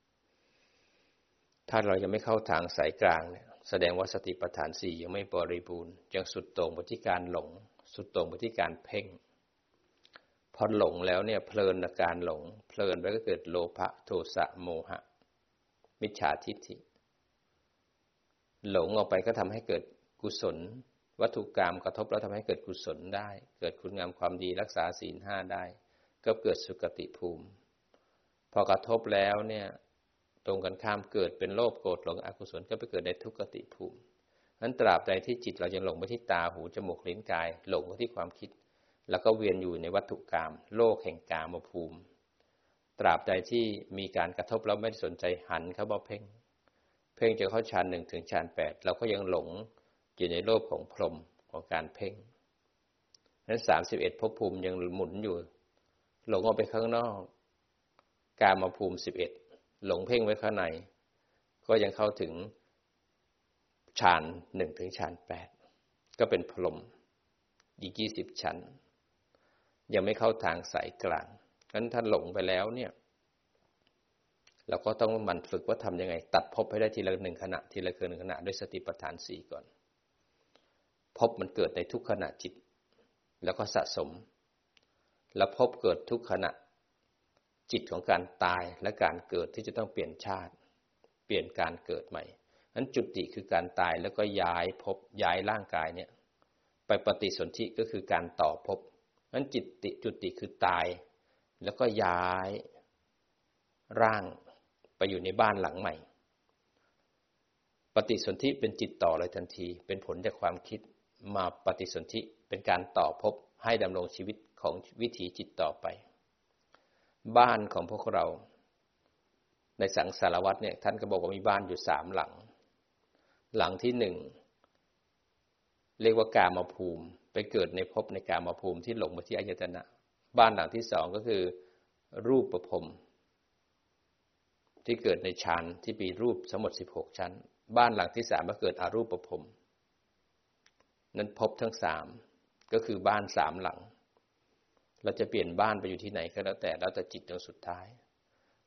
ถ้าเรายังไม่เข้าทางสายกลางเนี่ยแสดงว่าสติปัฏฐาน4ยังไม่บริบูรณ์ยังสุดโต่งไปที่การหลงสุดโต่งไปที่การเพ่งพอหลงแล้วเนี่ยเพลินในการหลงเพลินไปก็เกิดโลภะโทสะโมหะมิจฉาทิฏฐิหลงออกไปก็ทำให้เกิดกุศลวัตถุกรรมกระทบแล้วทำให้เกิดกุศลได้เกิดคุณงามความดีรักษาศีล5ได้ก็เกิดสุคติภูมิพอกระทบแล้วเนี่ยตรงกันข้ามเกิดเป็นโลภโกรธหลงอกุศลก็ไปเกิดในทุกขติภูมินั้นตราบใดที่จิตเรายังหลงไปที่ตาหูจมูกลิ้นกายหลงไปที่ความคิดแล้วก็เวียนอยู่ในวัตถุกรรมโลกแห่งกามภูมิตราบใดที่มีการกระทบแล้วไม่สนใจหันเข้ามาเพ่งจะเข้าฌาน1ถึงฌาน8เราก็ยังหลงอยู่ในโลกของพรหมของการเพ่งนั้น31ภพภูมิยังหมุนอยู่หลงออกไปข้างนอกกามภูมิ11หลงเพ่งไว้ข้างในก็ยังเข้าถึงฌาน1ถึงฌาน8ก็เป็นพรหมอีก20 ชั้นยังไม่เข้าทางสายกลางงั้นถ้าหลงไปแล้วเนี่ยเราก็ต้องหมั่นฝึกว่าทำยังไงตัดภพให้ได้ทีละ1 ขณะทีละ1 ขณะด้วยสติปัฏฐาน4ก่อนภพมันเกิดในทุกขณะจิตแล้วก็สะสมแล้วภพเกิดทุกขณะจิตของการตายและการเกิดที่จะต้องเปลี่ยนชาติเปลี่ยนการเกิดใหม่นั้นจุติคือการตายแล้วก็ย้ายภพย้ายร่างกายเนี่ยไปปฏิสนธิก็คือการต่อภพนั้นจุติคือตายแล้วก็ย้ายร่างไปอยู่ในบ้านหลังใหม่ปฏิสนธิเป็นจิตต่อเลยทันทีเป็นผลจากความคิดมาปฏิสนธิเป็นการต่อภพให้ดำรงชีวิตของวิถีจิตต่อไปบ้านของพวกเราในสังสารวัฏเนี่ยท่านก็บอกว่ามีบ้านอยู่3 หลังหลังที่1เรียกว่ากามภูมิไปเกิดในภพในกามภูมิที่หลงไปที่อายตนะบ้านหลังที่2ก็คือรูปภพที่เกิดในฌานที่มีรูปทั้งหมด16 ชั้นบ้านหลังที่3ก็เกิดอรูปภพนั้นภพทั้ง3ก็คือบ้าน3 หลังเราจะเปลี่ยนบ้านไปอยู่ที่ไหนก็แล้วแต่จิตดวงสุดท้าย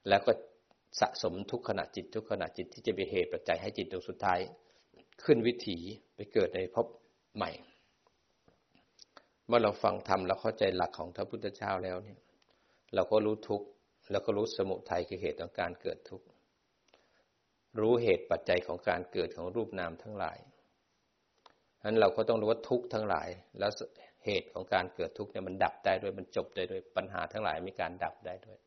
แล้วก็สะสมทุกขณะจิตทุกขณะจิตที่จะเป็นเหตุปัจจัยให้จิตดวงสุดท้ายขึ้นวิถีไปเกิดในภพใหม่เมื่อเราฟังธรรมแล้วเข้าใจหลักของพระพุทธเจ้าแล้วเนี่ยเราก็รู้ทุกข์แล้วก็รู้สมุทัยคือเหตุของการเกิดทุกข์รู้เหตุปัจจัยของการเกิดของรูปนามทั้งหลายฉะนั้นเราก็ต้องรู้ว่าทุกข์ทั้งหลายแล้วเหตุของการเกิดทุกข์เนี่ยมันดับได้ด้วยมันจบได้ด้วยปัญหาทั้งหลายมีการดับได้ด้วย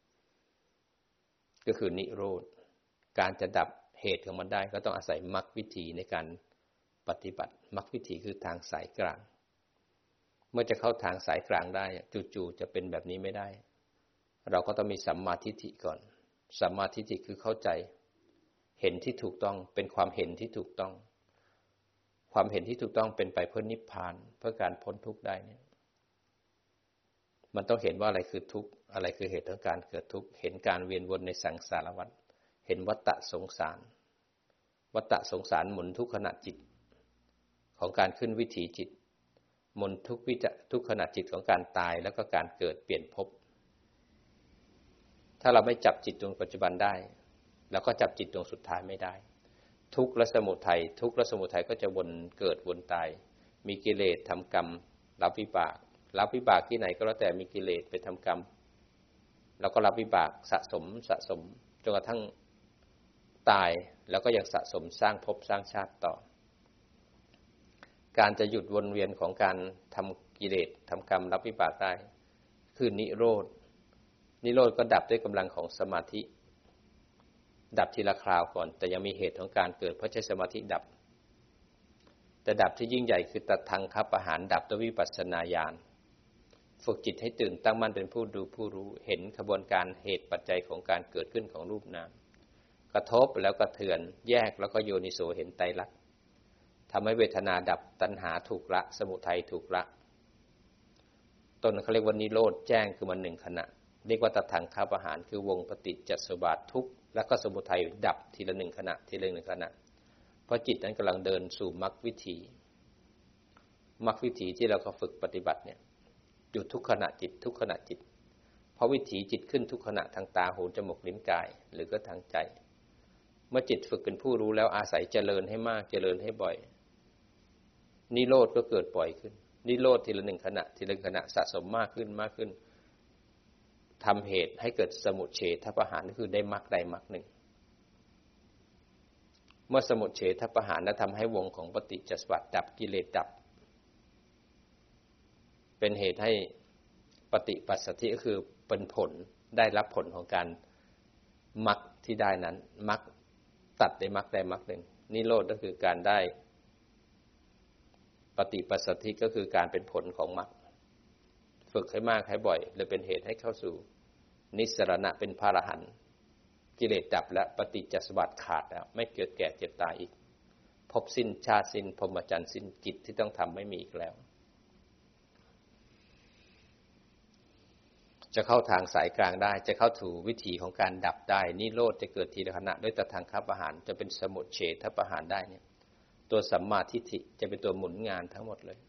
ก็คือนิโรธการจะดับเหตุของมันได้ก็ต้องอาศัยมรรควิธีในการปฏิบัติมรรควิธีคือทางสายกลางเมื่อจะเข้าทางสายกลางได้จู่ๆจะเป็นแบบนี้ไม่ได้เราก็ต้องมีสัมมาทิฏฐิก่อนสัมมาทิฏฐิคือเข้าใจเห็นที่ถูกต้องเป็นความเห็นที่ถูกต้องความเห็นที่ถูกต้องเป็นไปเพื่อนิพพานเพื่อการพ้นทุกข์ได้เนี่ยมันต้องเห็นว่าอะไรคือทุกข์อะไรคือเหตุของการเกิดทุกข์เห็นการเวียนวนในสังสารวัฏเห็นวัฏฏะสงสารวัฏฏะสงสารหมุนทุกขณะจิตของการขึ้นวิถีจิตหมุนทุกขณะจิตของการตายแล้วก็การเกิดเปลี่ยนภพถ้าเราไม่จับจิตดวงปัจจุบันได้เราก็จับจิตดวงสุดท้ายไม่ได้ทุกข์และสมุทัยทุกข์และสมุทัยก็จะวนเกิดวนตายมีกิเลสทำกรรมรับวิบากที่ไหนก็แล้วแต่มีกิเลสไปทำกรรมแล้วก็รับวิบากสะสมจนกระทั่งตายแล้วก็ยังสะสมสร้างภพสร้างชาติต่อการจะหยุดวนเวียนของการทำกิเลสทำกรรมรับวิบากได้คือนิโรธก็ดับด้วยกำลังของสมาธิดับทีละคราวก่อนแต่ยังมีเหตุของการเกิดเพราะใช้สมาธิดับแต่ดับที่ยิ่งใหญ่คือตัดทังคับประหารดับด้วยวิปัสสนาญาณฝึกจิตให้ตื่นตั้งมั่นเป็นผู้ดูผู้รู้เห็นขบวนการเหตุปัจจัยของการเกิดขึ้นของรูปนามกระทบแล้วกระเทือนแยกแล้วก็โยนิโสเห็นไตรลักษณ์ทำให้เวทนาดับตัณหาถูกละสมุทัยถูกละต้นเขาเรียกว่านิโรธแจ้งคือมันหนึ่งขณะเรียกว่าตัดทังคับประหารคือวงปฏิจจสมุปบาททุกข์แล้วก็สมุทัยดับทีละหนึ่งขณะทีละหนึ่งขณะเพราะจิตนั้นกำลังเดินสู่มรรควิถีที่เราก็ฝึกปฏิบัติเนี่ยอยู่ทุกขณะจิตทุกขณะจิตเพราะวิถีจิตขึ้นทุกขณะทางตาหูจมูกลิ้นกายหรือก็ทางใจเมื่อจิตฝึกเป็นผู้รู้แล้วอาศัยเจริญให้มากเจริญให้บ่อยนิโรธก็เกิดบ่อยขึ้นนิโรธทีละหนึ่งขณะทีละขณะสะสมมากขึ้นทำเหตุให้เกิดสมุจเฉทประหารก็คือได้มรรคใดมรรคหนึ่งเมื่อสมุจเฉทประหารนั้นทำให้วงของปฏิจจสมุปบาทดับกิเลสดับเป็นเหตุให้ปฏิปัสสธิก็คือเป็นผลได้รับผลของการมรรคที่ได้นั้นมรรคตัดได้มรรคใดมรรคหนึ่งนิโรธก็คือการได้ปฏิปัสสธิก็คือการเป็นผลของมรรคฝึกให้มากให้บ่อยเลยเป็นเหตุให้เข้าสู่นิสสรณะเป็นพระอรหันต์กิเลสดับและปฏิจจสมุปบาทขาดแล้วไม่เกิดแก่เจ็บตายอีกภพสิ้นชาติสิ้นพรหมจรรย์สิ้นกิจที่ต้องทำไม่มีอีกแล้วจะเข้าทางสายกลางได้จะเข้าถูวิถีของการดับได้นิโรธจะเกิดทีละขณะด้วยตัดทังคับประหารจะเป็นสมุจเฉทประหารได้เนี่ยตัวสัมมาทิฏฐิจะเป็นตัวหมุนงานทั้งหมดเลย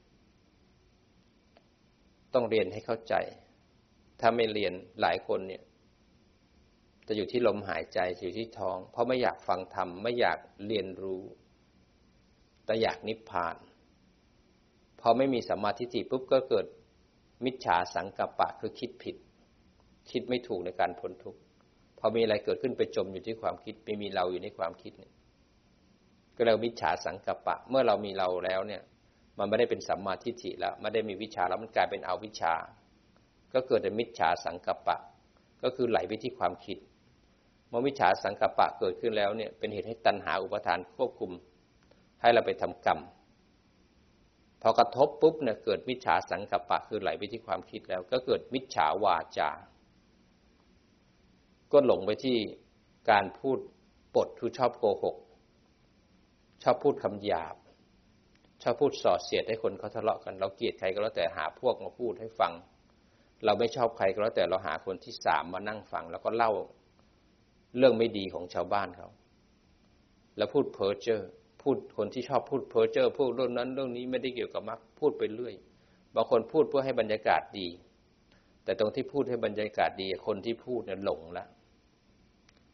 ต้องเรียนให้เข้าใจถ้าไม่เรียนหลายคนเนี่ยจะอยู่ที่ลมหายใจอยู่ที่ท้องเพราะไม่อยากฟังธรรมไม่อยากเรียนรู้แต่อยากนิพพานพอไม่มีสัมมาทิฏฐิปุ๊บก็เกิดมิจฉาสังกัปปะคือคิดผิดคิดไม่ถูกในการพ้นทุกข์พอมีอะไรเกิดขึ้นไปจมอยู่ที่ความคิดไม่มีเราอยู่ในความคิดเนี่ยก็เรียกมิจฉาสังกัปปะเมื่อเรามีเราแล้วเนี่ยมันไม่ได้เป็นสัมมาทิฏฐิแล้วไม่ได้มีวิชาแล้วมันกลายเป็นอวิชชาก็เกิดเป็นมิจฉาสังกัปปะก็คือไหลไปที่ความคิดเมื่อมิจฉาสังกัปปะเกิดขึ้นแล้วเนี่ยเป็นเหตุให้ตัณหาอุปาทานควบคุมให้เราไปทำกรรมพอกระทบปุ๊บเนี่ยเกิดมิจฉาสังกัปปะคือไหลไปที่ความคิดแล้วก็เกิดมิจฉาวาจาก็หลงไปที่การพูดปดคือชอบโกหกชอบพูดคำหยาบชอบพูดส่อเสียดให้คนเขาทะเลาะกันเราเกลียดใครก็แล้วแต่หาพวกมาพูดให้ฟังเราไม่ชอบใครก็แล้วแต่เราหาคนที่สามมานั่งฟังแล้วก็เล่าเรื่องไม่ดีของชาวบ้านเขาแล้วพูดเพ้อเจ้อพูดคนที่ชอบพูดเพ้อเจ้อพูดเรื่องนั้นเรื่องนี้ไม่ได้เกี่ยวกับมรรคพูดไปเรื่อยบางคนพูดเพื่อให้บรรยากาศดีแต่ตรงที่พูดให้บรรยากาศดีคนที่พูดเนี่ยหลงละ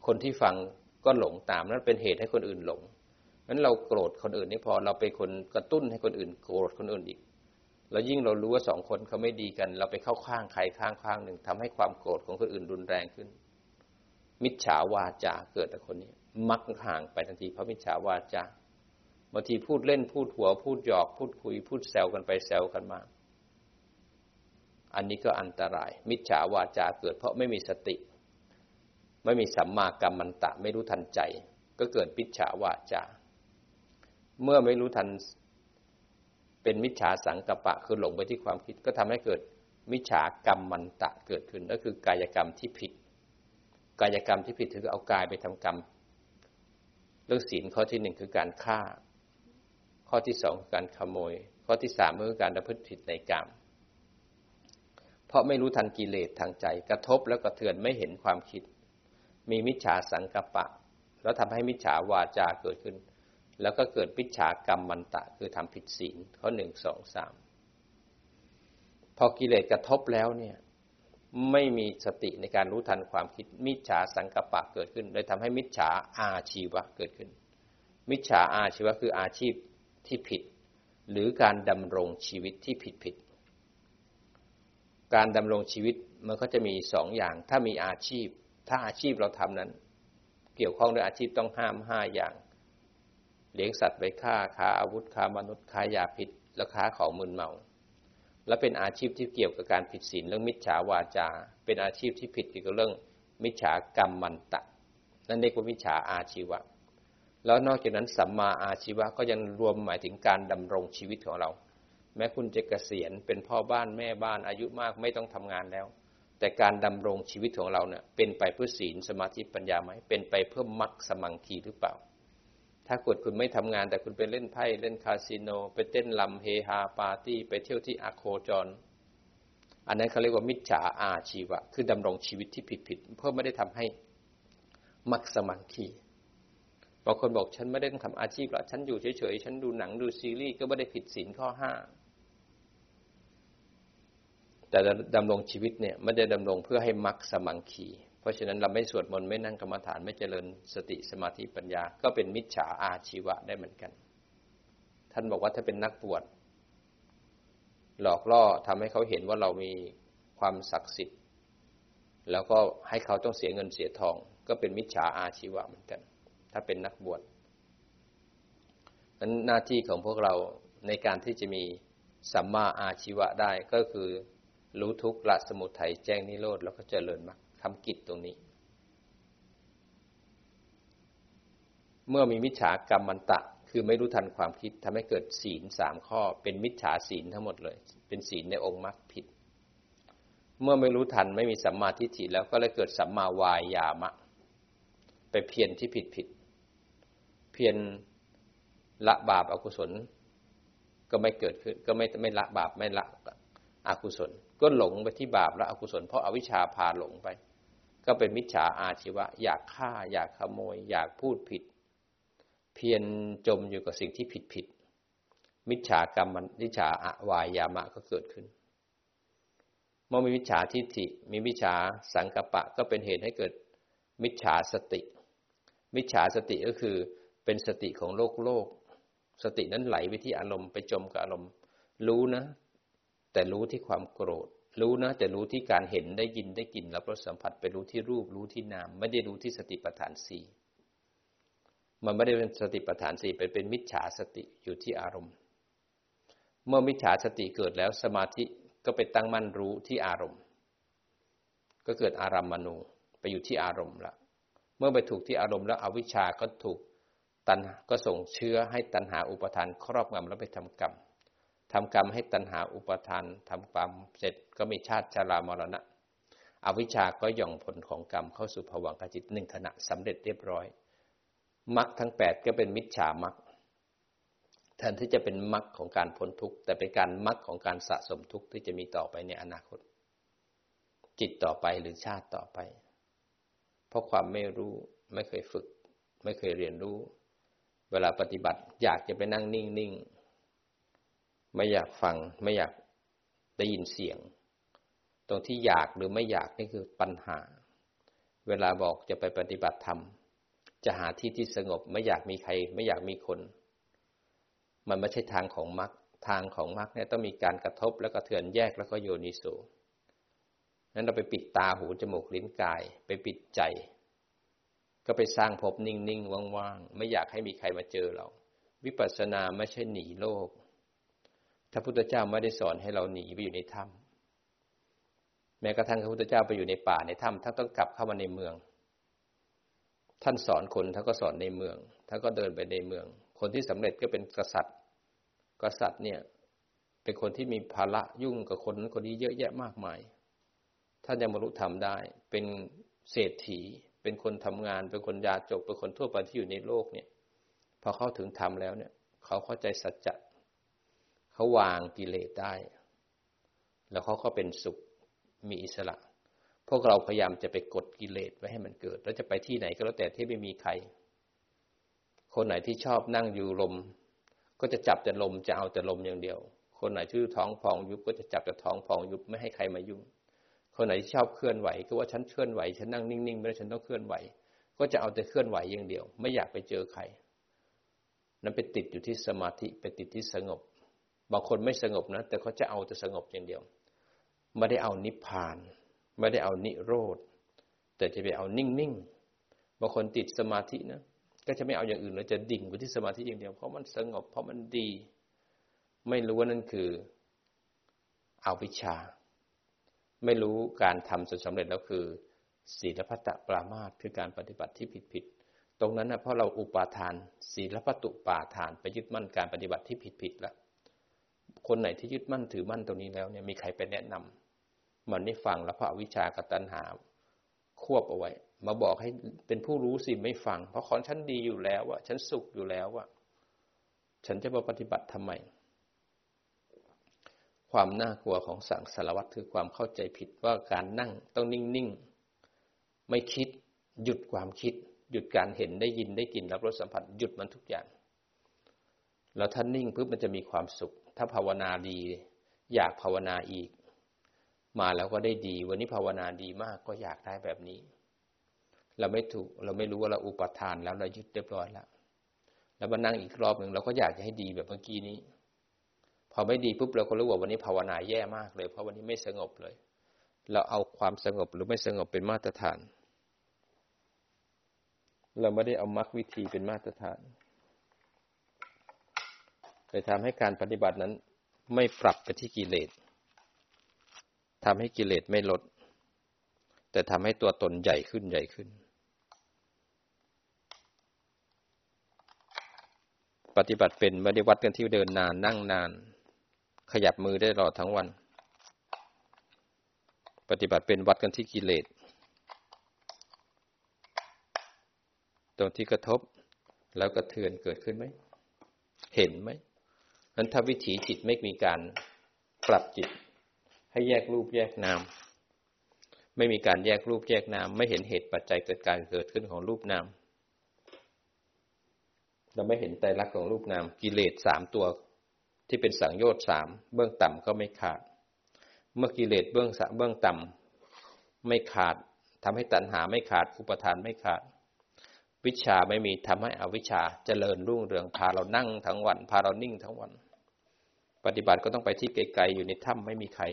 คนที่ฟังก็หลงตามนั่นเป็นเหตุให้คนอื่นหลงงั้นเราโกรธคนอื่นนี่พอเราเป็นคนกระตุ้นให้คนอื่นโกรธคนอื่นอีกแล้วยิ่งเรารู้ว่า2 คนเขาไม่ดีกันเราไปเข้าข้างใครข้างหนึ่งทำให้ความโกรธของคนอื่นรุนแรงขึ้นมิจฉาวาจาเกิดแต่คนนี้มักห่างไปทันทีเพราะมิจฉาวาจาบางทีพูดเล่นพูดหัวพูดหยอกพูดคุยพูดแซวกันไปแซวกันมาอันนี้ก็อันตรายมิจฉาวาจาเกิดเพราะไม่มีสติไม่มีสัมมากัมมันตะไม่รู้ทันใจก็เกิดมิจฉาวาจาเมื่อไม่รู้ทันเป็นมิจฉาสังกัปปะคือหลงไปที่ความคิดก็ทำให้เกิดมิจฉากัมมันตะเกิดขึ้นก็คือกายกรรมที่ผิดกายกรรมที่ผิดคือเอากายไปทำกรรมเรื่องศีลข้อที่1คือการฆ่าข้อที่2คือการขโมยข้อที่3คือการประพฤติผิดในกามเพราะไม่รู้ทันกิเลสทางใจกระทบแล้วกระเทือนไม่เห็นความคิดมีมิจฉาสังกัปปะแล้วทำให้มิจฉาวาจาเกิดขึ้นแล้วก็เกิดมิจฉากรรมมันตะคือทำผิดศีลข้อ1 2 3พอกิเลสกระทบแล้วเนี่ยไม่มีสติในการรู้ทันความคิดมิจฉาสังกัปปะเกิดขึ้นเลยทำให้มิจฉาอาชีวะเกิดขึ้นมิจฉาอาชีวะคืออาชีพที่ผิดหรือการดำรงชีวิตที่ผิดการดำรงชีวิตมันก็จะมี2อย่างถ้ามีอาชีพถ้าอาชีพเราทำนั้นเกี่ยวข้องด้วยอาชีพต้องห้าม5อย่างเลี้ยงสัตว์ไว้ฆ่าค้าอาวุธค้ามนุษย์ค้ายาพิษและค้าของมึนเมาและเป็นอาชีพที่เกี่ยวกับการผิดศีลเรื่องมิจฉาวาจาเป็นอาชีพที่ผิดเกี่ยวกับเรื่องมิจฉากรรมมันตะนั่นเรียกว่ามิจฉาอาชีวะแล้วนอกจากนั้นสัมมาอาชีวะก็ยังรวมหมายถึงการดำรงชีวิตของเราแม้คุณจะเกษียณเป็นพ่อบ้านแม่บ้านอายุมากไม่ต้องทำงานแล้วแต่การดำรงชีวิตของเราเนี่ยเป็นไปเพื่อศีลสมาธิปัญญาไหมเป็นไปเพื่อมรรคสมังคีหรือเปล่าถ้าเกิดคุณไม่ทำงานแต่คุณไปเล่นไพ่เล่นคาสิโนไปเต้นรำเฮฮาปาร์ตี้ไปเที่ยวที่อโคจรอันนั้นเขาเรียกว่ามิจฉาอาชีวะคือดำรงชีวิตที่ผิดเพื่อไม่ได้ทำให้มรรคสมังคีบางคนบอกฉันไม่ได้ต้องทำอาชีพหรอกฉันอยู่เฉยๆฉันดูหนังดูซีรีส์ก็ไม่ได้ผิดศีลข้อ5แต่ดำรงชีวิตเนี่ยไม่ได้ดำรงเพื่อให้มรรคสมังคีเพราะฉะนั้นเราไม่สวดมนต์ไม่นั่งกรรมฐานไม่เจริญสติสมาธิปัญญาก็เป็นมิจฉาอาชีวะได้เหมือนกันท่านบอกว่าถ้าเป็นนักบวชหลอกล่อทำให้เขาเห็นว่าเรามีความศักดิ์สิทธิ์แล้วก็ให้เขาต้องเสียเงินเสียทองก็เป็นมิจฉาอาชีวะเหมือนกันถ้าเป็นนักบวชนั้นหน้าที่ของพวกเราในการที่จะมีสัมมาอาชีวะได้ก็คือรู้ทุกข์ละสมุทัยแจ้งนิโรธแล้วก็เจริญมรรคทำกิจตรงนี้เมื่อมีมิจฉากรรมันตะคือไม่รู้ทันความคิดทำให้เกิดศีล3ข้อเป็นมิจฉาศีลทั้งหมดเลยเป็นศีลในองค์มรรคผิดเมื่อไม่รู้ทันไม่มีสัมมาทิฏฐิแล้วก็เลยเกิดสัมมาวายามะไปเพียรที่ผิดเพียรละบาปอกุศลก็ไม่เกิดขึ้นก็ไม่ละบาปไม่ละอกุศลก็หลงไปที่บาปและอกุศลเพราะอวิชชาพาหลงไปก็เป็นมิจฉาอาชีวะอยากฆ่าอยากขโมยอยากพูดผิดเพียรจมอยู่กับสิ่งที่ผิดมิจฉากรรมมิจฉาอวายามะก็เกิดขึ้นเมื่อมีมิจฉาทิฏฐิมีมิจฉาสังกัปปะก็เป็นเหตุให้เกิดมิจฉาสติมิจฉาสติก็คือเป็นสติของโลกสตินั้นไหลไปที่อารมณ์ไปจมกับอารมณ์รู้นะแต่รู้ที่ความโกรธรู้นะแต่รู้ที่การเห็นได้ยินได้กลิ่นรับรสสัมผัสไปรู้ที่รูปรู้ที่นามไม่ได้รู้ที่สติปัฏฐาน4มันไม่ได้เป็นสติปัฏฐาน4เป็นมิจฉาสติอยู่ที่อารมณ์เมื่อมิจฉาสติเกิดแล้วสมาธิก็ไปตั้งมั่นรู้ที่อารมณ์ก็เกิดอารัมมณูไปอยู่ที่อารมณ์ละเมื่อไปถูกที่อารมณ์แล้วอวิชชาก็ถูกตัณหาก็ส่งเชื้อให้ตัณหาอุปทานครอบงำแล้วไปทำกรรมให้ตัณหาอุปทานทำกรรมเสร็จก็มีชาติชรามรณะอวิชชาก็หย่อนผลของกรรมเข้าสู่ภวังคจิต1ขณะสำเร็จเรียบร้อยมรรคทั้ง8ก็เป็นมิจฉามรรคแทนที่จะเป็นมรรคของการพ้นทุกข์แต่เป็นการมรรคของการสะสมทุกข์ที่จะมีต่อไปในอนาคตจิตต่อไปหรือชาติต่อไปเพราะความไม่รู้ไม่เคยฝึกไม่เคยเรียนรู้เวลาปฏิบัติอยากจะไปนั่งนิ่งๆไม่อยากฟังไม่อยากได้ยินเสียงตรงที่อยากหรือไม่อยากนี่คือปัญหาเวลาบอกจะไปปฏิบัติธรรมจะหาที่ที่สงบไม่อยากมีใครไม่อยากมีคนมันไม่ใช่ทางของมรรคทางของมรรคเนี่ยต้องมีการกระทบแล้วก็เทือนแยกแล้วก็โยนิโสนั้นเราไปปิดตาหูจมูกลิ้นกายไปปิดใจก็ไปสร้างภพนิ่งๆว่างๆไม่อยากให้มีใครมาเจอเราวิปัสสนาไม่ใช่หนีโลกพระพุทธเจ้าไม่ได้สอนให้เราหนีไปอยู่ในถ้ำแม้กระทั่งพระพุทธเจ้าไปอยู่ในป่าในถ้ำท่านต้องกลับเข้ามาในเมืองท่านสอนคนท่านก็สอนในเมืองท่านก็เดินไปในเมืองคนที่สำเร็จก็เป็นกษัตริย์เนี่ยเป็นคนที่มีภาระยุ่งกับคนนั้นคนนี้เยอะแยะมากมายท่านยังบรรลุธรรมได้เป็นเศรษฐีเป็นคนทำงานเป็นคนยาจกเป็นคนทั่วไปที่อยู่ในโลกเนี่ยพอเข้าถึงธรรมแล้วเนี่ยเขาเข้าใจสัจจะเขาวางกิเลสได้แล้วเขาก็เป็นสุขมีอิสระพวกเราพยายามจะไปกดกิเลสไว้ให้มันเกิดแล้วจะไปที่ไหนก็แล้วแต่ที่ไม่มีใครคนไหนที่ชอบนั่งอยู่ลมก็จะจับแต่ลมจะเอาแต่ลมอย่างเดียวคนไหนที่ท้องพองยุบก็จะจับแต่ท้องพองยุบไม่ให้ใครมายุ่งคนไหนที่ชอบเคลื่อนไหวก็ว่าฉันเคลื่อนไหวฉันนั่งนิ่งๆไม่ได้ฉันต้องเคลื่อนไหวก็จะเอาแต่เคลื่อนไหวอย่างเดียวไม่อยากไปเจอใครนั้นไปติดอยู่ที่สมาธิไปติดที่สงบบางคนไม่สงบนะแต่เขาจะเอาแต่สงบอย่างเดียวไม่ได้เอานิพพานไม่ได้เอานิโรธแต่จะไปเอานิ่งๆบางคนติดสมาธินะก็จะไม่เอาอย่างอื่นเลยจะดิ่งไปที่สมาธิอย่างเดียวเพราะมันสงบเพราะมันดีไม่รู้ว่านั่นคืออวิชชาไม่รู้การทำจนสำเร็จแล้วคือศีลพัตตปรามาสคือการปฏิบัติที่ผิดๆตรงนั้นนะเพราะเราอุปาทานศีลพัตตุปาทานไปยึดมั่นการปฏิบัติที่ผิดๆแล้วคนไหนที่ยึดมั่นถือมั่นตรงนี้แล้วเนี่ยมีใครไปแนะนำมันไม่ฟังแล้วเพราะอวิชชากับตัณหาควบเอาไว้มาบอกให้เป็นผู้รู้สิไม่ฟังเพราะของฉันดีอยู่แล้วอะฉันสุขอยู่แล้วอะฉันจะมาปฏิบัติทำไมความน่ากลัวของสังสารวัฏคือความเข้าใจผิดว่าการนั่งต้องนิ่งๆไม่คิดหยุดความคิดหยุดการเห็นได้ยินได้กลิ่นรับรสสัมผัสหยุดมันทุกอย่างแล้วถ้านิ่งปุ๊บมันจะมีความสุขถ้าภาวนาดีอยากภาวนาอีกมาแล้วก็ได้ดีวันนี้ภาวนาดีมากก็อยากได้แบบนี้เราไม่ถูกเราไม่รู้ว่าเราอุปทานแล้วเรายึดเรียบร้อยแล้วมานั่งอีกรอบหนึ่งเราก็อยากจะให้ดีแบบเมื่อกี้นี้พอไม่ดีปุ๊บเราก็รู้ว่าวันนี้ภาวนาแย่มากเลยเพราะวันนี้ไม่สงบเลยเราเอาความสงบหรือไม่สงบเป็นมาตรฐานเราไม่ได้เอามรรควิธีเป็นมาตรฐานเลยทำให้การปฏิบัตินั้นไม่ปรับไปที่กิเลสทำให้กิเลสไม่ลดแต่ทำให้ตัวตนใหญ่ขึ้นปฏิบัติเป็นไม่ได้วัดกันที่เดินนานนั่งนานขยับมือได้ตลอดทั้งวันปฏิบัติเป็นวัดกันที่กิเลสตรงที่กระทบแล้วกระเทือนเกิดขึ้นไหมเห็นไหมนั้นถ้าวิถีจิตไม่มีการปรับจิตให้แยกรูปแยกนามไม่มีการแยกรูปแยกนามไม่เห็นเหตุปัจจัยเกิดการเกิดขึ้นของรูปนามเราไม่เห็นไตรลักษณ์ของรูปนามกิเลส3ตัวที่เป็นสังโยชน์3เบื้องต่ำก็ไม่ขาดเมื่อกิเลสเบื้องต่ำไม่ขาดทำให้ตัณหาไม่ขาดอุปทานไม่ขาดวิชชาไม่มีทำให้อวิชชาเจริญรุ่งเรืองพาเรานั่งทั้งวันพาเรานิ่งทั้งวันปฏิบัติก็ต้องไปที่ไกลๆอยู่ในถ้ำไม่มีใคร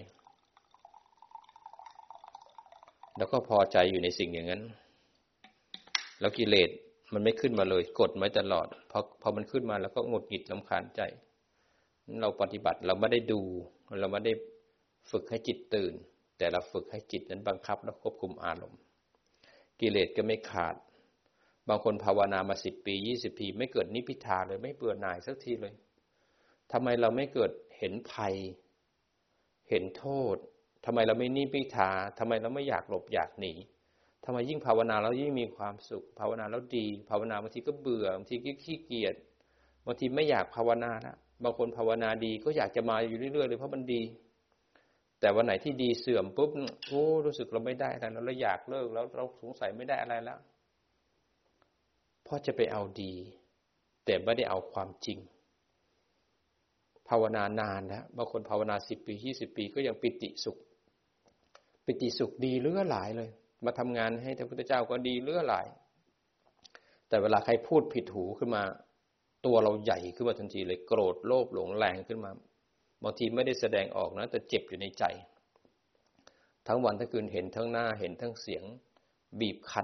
แล้วก็พอใจอยู่ในสิ่งอย่างนั้นแล้วกิเลสมันไม่ขึ้นมาเลยกดไว้ตลอดพอมันขึ้นมาแล้วก็หงุดหงิดรำคาญใจเราปฏิบัติเราไม่ได้ดูเราไม่ได้ฝึกให้จิตตื่นแต่เราฝึกให้จิตนั้นบังคับและควบคุมอารมณ์กิเลสก็ไม่ขาดบางคนภาวนามา10 ปี20 ปีไม่เกิดนิพพิทาเลยไม่เบื่อหน่ายสักทีเลยทำไมเราไม่เกิดเห็นภัยเห็นโทษทำไมเราไม่นิพพิทาทำไมเราไม่อยากหลบอยากหนีทำไมยิ่งภาวนาแล้วยิ่งมีความสุขภาวนาแล้วดีภาวนาบางทีก็เบื่อบางทีก็ขี้เกียจบางทีไม่อยากภาวนาแล้วบางคนภาวนาดีก็อยากจะมาอยู่เรื่อยๆเลยเพราะมันดีแต่วันไหนที่ดีเสื่อมปุ๊บโอ้รู้สึกเราไม่ได้อะไรแล้วเราอยากเลิกแล้วเราสงสัยไม่ได้อะไรแล้วเพราะจะไปเอาดีแต่ไม่ได้เอาความจริงภาวนานานแล้วบางคนภาวนา10 ปี20 ปีก็ยังปิติสุขดีเหลือหลายเลยมาทำงานให้พระพุทธเจ้าก็ดีเหลือหลายแต่เวลาใครพูดผิดหูขึ้นมาตัวเราใหญ่ขึ้นมาทันทีเลยโกรธโลภหลงแรงขึ้นมาบางทีไม่ได้แสดงออกนะแต่เจ็บอยู่ในใจทั้งวันทั้งคืนเห็นทั้งหน้าเห็นทั้งเสียงบีบคั้น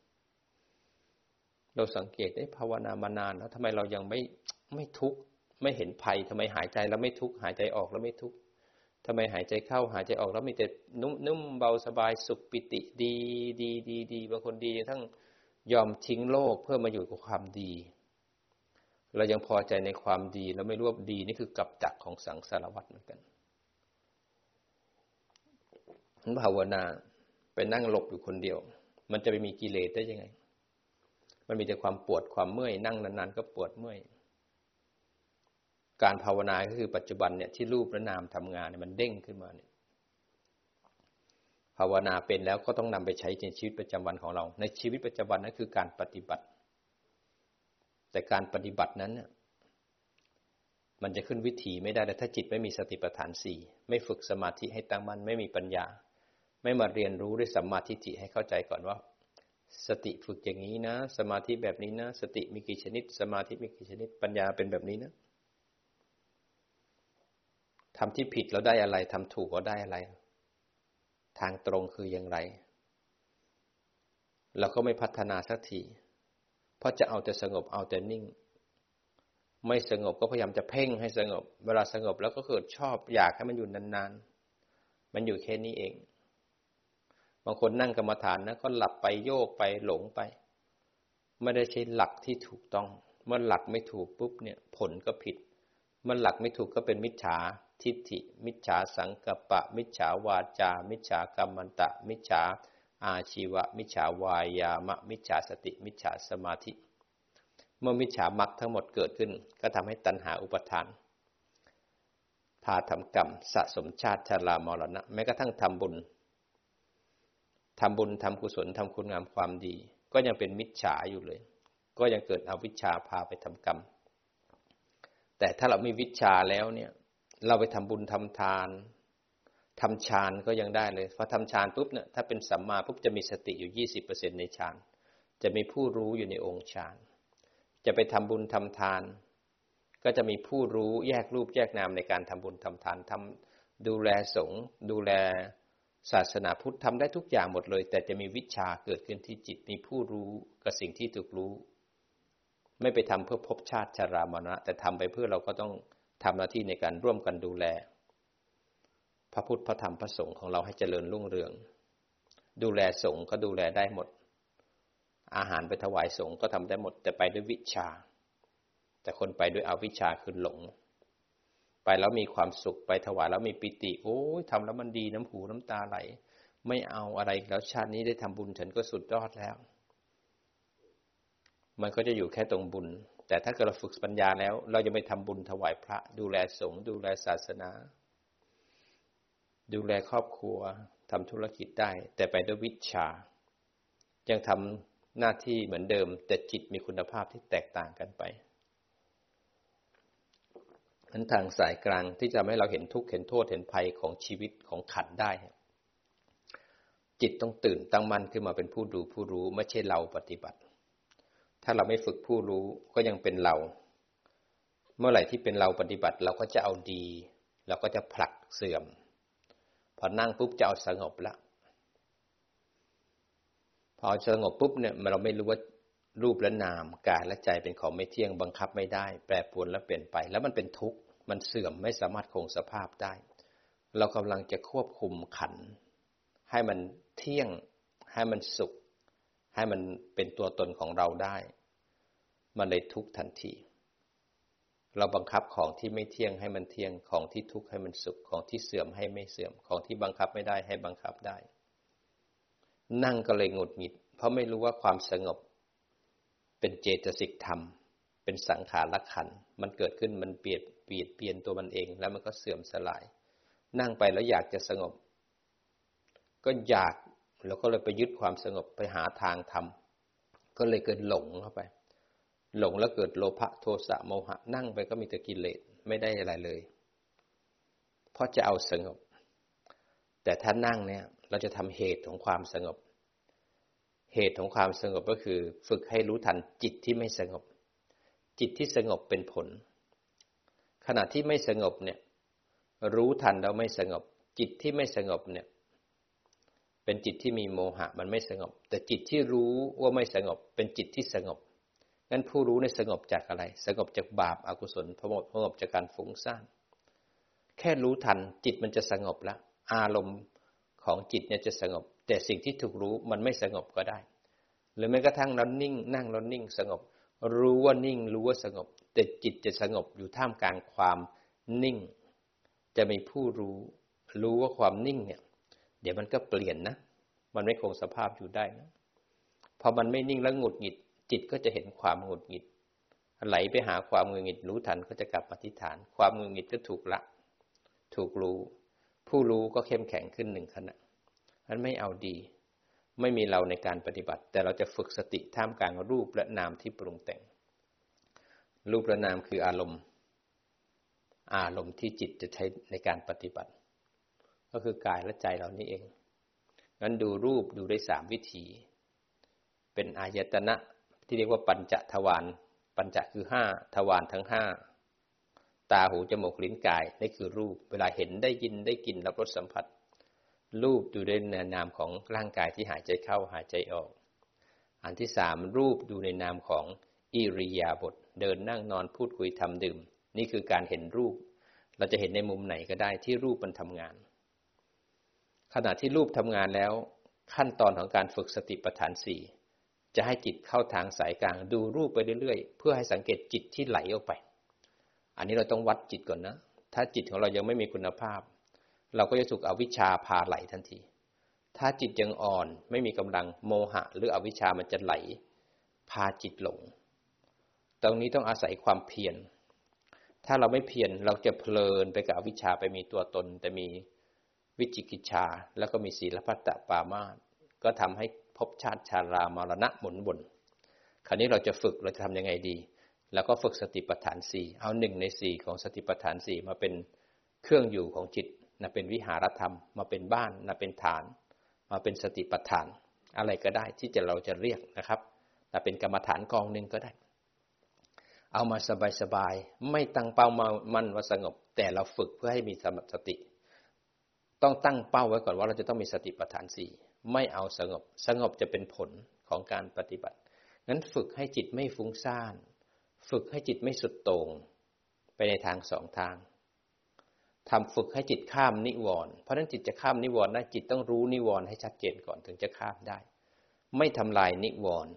เราสังเกตภาวนามานานแล้วทำไมเรายังไม่ทุกข์ไม่เห็นภัยทำไมหายใจแล้วไม่ทุกข์หายใจออกแล้วไม่ทุกข์ทำไมหายใจเข้าหายใจออกแล้วมีแต่นุ่มเบาสบายสุขปิติดีบางคนดีทั้งยอมทิ้งโลกเพื่อมาอยู่กับความดีเรายังพอใจในความดีแล้วไม่รู้ว่าดีนี่คือกับดักของสังสารวัฏเหมือนกันภาวนาไปนั่งหลบอยู่คนเดียวมันจะไปมีกิเลสได้ยังไงมันมีแต่ความปวดความเมื่อยนั่งนานๆก็ปวดเมื่อยการภาวนาก็คือปัจจุบันเนี่ยที่รูปและนามทำงานเนี่ยมันเด้งขึ้นมาเนี่ยภาวนาเป็นแล้วก็ต้องนำไปใช้ในชีวิตประจำวันของเราในชีวิตประจำวันนั่นคือการปฏิบัติแต่การปฏิบัตินั้นเนี่ยมันจะขึ้นวิถีไม่ได้ถ้าจิตไม่มีสติปัฏฐานสี่ไม่ฝึกสมาธิให้ตั้งมั่นไม่มีปัญญาไม่มาเรียนรู้ด้วยสัมมาทิฏฐิให้เข้าใจก่อนว่าสติฝึกอย่างนี้นะสมาธิแบบนี้นะสติมีกี่ชนิดสมาธิมีกี่ชนิดปัญญาเป็นแบบนี้นะทำที่ผิดแล้วได้อะไรทำถูกก็ได้อะไรทางตรงคืออย่างไรเราก็ไม่พัฒนาสักทีเพราะจะเอาแต่สงบเอาแต่นิ่งไม่สงบก็พยายามจะเพ่งให้สงบเวลาสงบแล้วก็เกิดชอบอยากให้มันอยู่นานๆมันอยู่แค่นี้เองบางคนนั่งกรรมฐานนะก็หลับไปโยกไปหลงไปไม่ได้ใช้หลักที่ถูกต้องเมื่อหลักไม่ถูกปุ๊บเนี่ยผลก็ผิดเมื่อหลักไม่ถูกก็เป็นมิจฉาทิฏฐิมิจฉาสังกัปปะมิจฉาวาจามิจฉากรรมันตะมิจฉาอาชีวะมิจฉาวายามะมิจฉาสติมิจฉาสมาธิเมื่อมิจฉามรรคทั้งหมดเกิดขึ้นก็ทำให้ตัณหาอุปทานพาทำกรรมสะสมชาติชรามรณะแม้กระทั่งทำบุญทำกุศลทำคุณงามความดีก็ยังเป็นมิจฉาอยู่เลยก็ยังเกิดอวิชชาพาไปทำกรรมแต่ถ้าเรามีวิชชาแล้วเนี่ยเราไปทำบุญทำทานทำฌานก็ยังได้เลยพอทำฌานปุ๊บเนี่ยถ้าเป็นสัมมาปุ๊บจะมีสติอยู่ 20% ในฌานจะมีผู้รู้อยู่ในองค์ฌานจะไปทำบุญทำทานก็จะมีผู้รู้แยกรูปแยกนามในการทำบุญทำทานดูแลสงฆ์ดูแลศาสนาพุทธทำได้ทุกอย่างหมดเลยแต่จะมีวิชชาเกิดขึ้นที่จิตมีผู้รู้กับสิ่งที่ถูกรู้ไม่ไปทำเพื่อภพชาติชรามรณะแต่ทำไปเพื่อเราก็ต้องทำหน้าที่ในการร่วมกันดูแลพระพุทธพระธรรมพระสงฆ์ของเราให้เจริญรุ่งเรืองดูแลสงฆ์ก็ดูแลได้หมดอาหารไปถวายสงฆ์ก็ทำได้หมดแต่ไปด้วยวิชาแต่คนไปด้วยอวิชชาคือหลงไปแล้วมีความสุขไปถวายแล้วมีปิติโอ้ยทำแล้วมันดีน้ำหูน้ำตาไหลไม่เอาอะไรแล้วชาตินี้ได้ทำบุญฉันก็สุดยอดแล้วมันก็จะอยู่แค่ตรงบุญแต่ถ้าเกิดเราฝึกปัญญาแล้วเราจะไปทำบุญถวายพระดูแลสงฆ์ดูแลศาสนาดูแลครอบครัวทำธุรกิจได้แต่ไปด้วยวิชายังทำหน้าที่เหมือนเดิมแต่จิตมีคุณภาพที่แตกต่างกันไปนั้นทางสายกลางที่จะให้เราเห็นทุกข์เห็นโทษเห็นภัยของชีวิตของขันธ์ได้จิตต้องตื่นตั้งมั่นขึ้นมาเป็นผู้ดูผู้รู้ไม่ใช่เราปฏิบัติถ้าเราไม่ฝึกผู้รู้ก็ยังเป็นเราเมื่อไหร่ที่เป็นเราปฏิบัติเราก็จะเอาดีเราก็จะผลักเสื่อมพอนั่งปุ๊บจะเอาสงบละพอสงบปุ๊บเนี่ยเราไม่รู้ว่ารูปและนามกายและใจเป็นของไม่เที่ยงบังคับไม่ได้แปรปรวนและเปลี่ยนไปแล้วมันเป็นทุกข์มันเสื่อมไม่สามารถคงสภาพได้เรากำลังจะควบคุมขันธ์ให้มันเที่ยงให้มันสุขให้มันเป็นตัวตนของเราได้มันเลยทุกข์ทันทีเราบังคับของที่ไม่เที่ยงให้มันเที่ยงของที่ทุกข์ให้มันสุขของที่เสื่อมให้ไม่เสื่อมของที่บังคับไม่ได้ให้บังคับได้นั่งก็เลยหงุดหงิดเพราะไม่รู้ว่าความสงบเป็นเจตสิกธรรมเป็นสังขารขันธ์มันเกิดขึ้นมันเปลี่ยนตัวมันเองแล้วมันก็เสื่อมสลายนั่งไปแล้วอยากจะสงบก็อยากแล้วก็เลยไปยึดความสงบไปหาทางทำก็เลยเกิดหลงเข้าไปหลงแล้วเกิดโลภะโทสะโมหะนั่งไปก็มีแต่กิเลสไม่ได้อะไรเลยเพราะจะเอาสงบแต่ถ้านั่งเนี่ยเราจะทำเหตุของความสงบเหตุของความสงบก็คือฝึกให้รู้ทันจิตที่ไม่สงบจิตที่สงบเป็นผลขณะที่ไม่สงบเนี่ยรู้ทันแล้วไม่สงบจิตที่ไม่สงบเนี่ยเป็นจิตที่มีโมหะมันไม่สงบแต่จิตที่รู้ว่าไม่สงบเป็นจิตที่สงบงั้นผู้รู้เนี่ยสงบจากอะไรสงบจากบาปอกุศลสงบจากการฟุ้งซ่านแค่รู้ทันจิตมันจะสงบแล้วอารมณ์ของจิตเนี่ยจะสงบแต่สิ่งที่ถูกรู้มันไม่สงบก็ได้หรือแม้กระทั่งเรานิ่งนั่งเรานิ่งสงบรู้ว่านิ่งรู้ว่าสงบแต่จิตจะสงบอยู่ท่ามกลางความนิ่งจะมีผู้รู้ว่าความนิ่งเนี่ยเดี๋ยวมันก็เปลี่ยนนะมันไม่คงสภาพอยู่ได้นะพอมันไม่นิ่งแล้วหงุดหงิดจิตก็จะเห็นความหงุดหงิดไหลไปหาความหงุดหงิดรู้ทันก็จะกลับมาที่ฐานความหงุดหงิดก็ถูกละถูกรู้ผู้รู้ก็เข้มแข็งขึ้นหนึ่งขณะนั้นไม่เอาดีไม่มีเราในการปฏิบัติแต่เราจะฝึกสติท่ามกลางรูปและนามที่ปรุงแต่งรูปและนามคืออารมณ์ที่จิตจะใช้ในการปฏิบัติก็คือกายและใจเรานี่เองงั้นดูรูปดูได้3วิธีเป็นอายตนะที่เรียกว่าปัญจทวารปัญจคือ5ทวารทั้ง5ตาหูจมูกลิ้นกายนี่คือรูปเวลาเห็นได้ยินได้กลิ่นรับรสสัมผัสรูปดูในนามของร่างกายที่หายใจเข้าหายใจออกอันที่3รูปดูในนามของอิริยาบถเดินนั่งนอนพูดคุยทำดื่มนี่คือการเห็นรูปเราจะเห็นในมุมไหนก็ได้ที่รูปมันทำงานขณะที่รูปทำงานแล้วขั้นตอนของการฝึกสติปัฏฐาน4จะให้จิตเข้าทางสายกลางดูรูปไปเรื่อยๆเพื่อให้สังเกตจิตที่ไหลออกไปอันนี้เราต้องวัดจิตก่อนนะถ้าจิตของเรายังไม่มีคุณภาพเราก็จะถูกอวิชชาพาไหลทันทีถ้าจิตยังอ่อนไม่มีกำลังโมหะหรืออวิชชามันจะไหลพาจิตหลงตรงนี้ต้องอาศัยความเพียรถ้าเราไม่เพียรเราจะเพลินไปกับอวิชชาไปมีตัวตนแต่มีวิจิกิจฉาแล้วก็มีศีลพัตตปามาสก็ทำให้ภพชาติชรามรณะหมุนวนคราวนี้เราจะฝึกเราจะทำยังไงดีแล้วก็ฝึกสติปัฏฐาน4เอา1ใน4ของสติปัฏฐาน4มาเป็นเครื่องอยู่ของจิตนะเป็นวิหารธรรมมาเป็นบ้านนะเป็นฐานมาเป็นสติปัฏฐานอะไรก็ได้ที่เราจะเรียกนะครับนะเป็นกรรมฐานกองนึงก็ได้เอามาสบายๆไม่ตั้งเป้ามั่นว่าสงบแต่เราฝึกเพื่อให้มีสติต้องตั้งเป้าไว้ก่อนว่าเราจะต้องมีสติปัฏฐาน4ไม่เอาสงบจะเป็นผลของการปฏิบัติงั้นฝึกให้จิตไม่ฟุ้งซ่านฝึกให้จิตไม่สุดโต่งไปในทาง2ทางฝึกให้จิตข้ามนิวรณ์เพราะฉะนั้นจิตจะข้ามนิวรณ์ได้จิตต้องรู้นิวรณ์ให้ชัดเจนก่อนถึงจะข้ามได้ไม่ทำลายนิวรณ์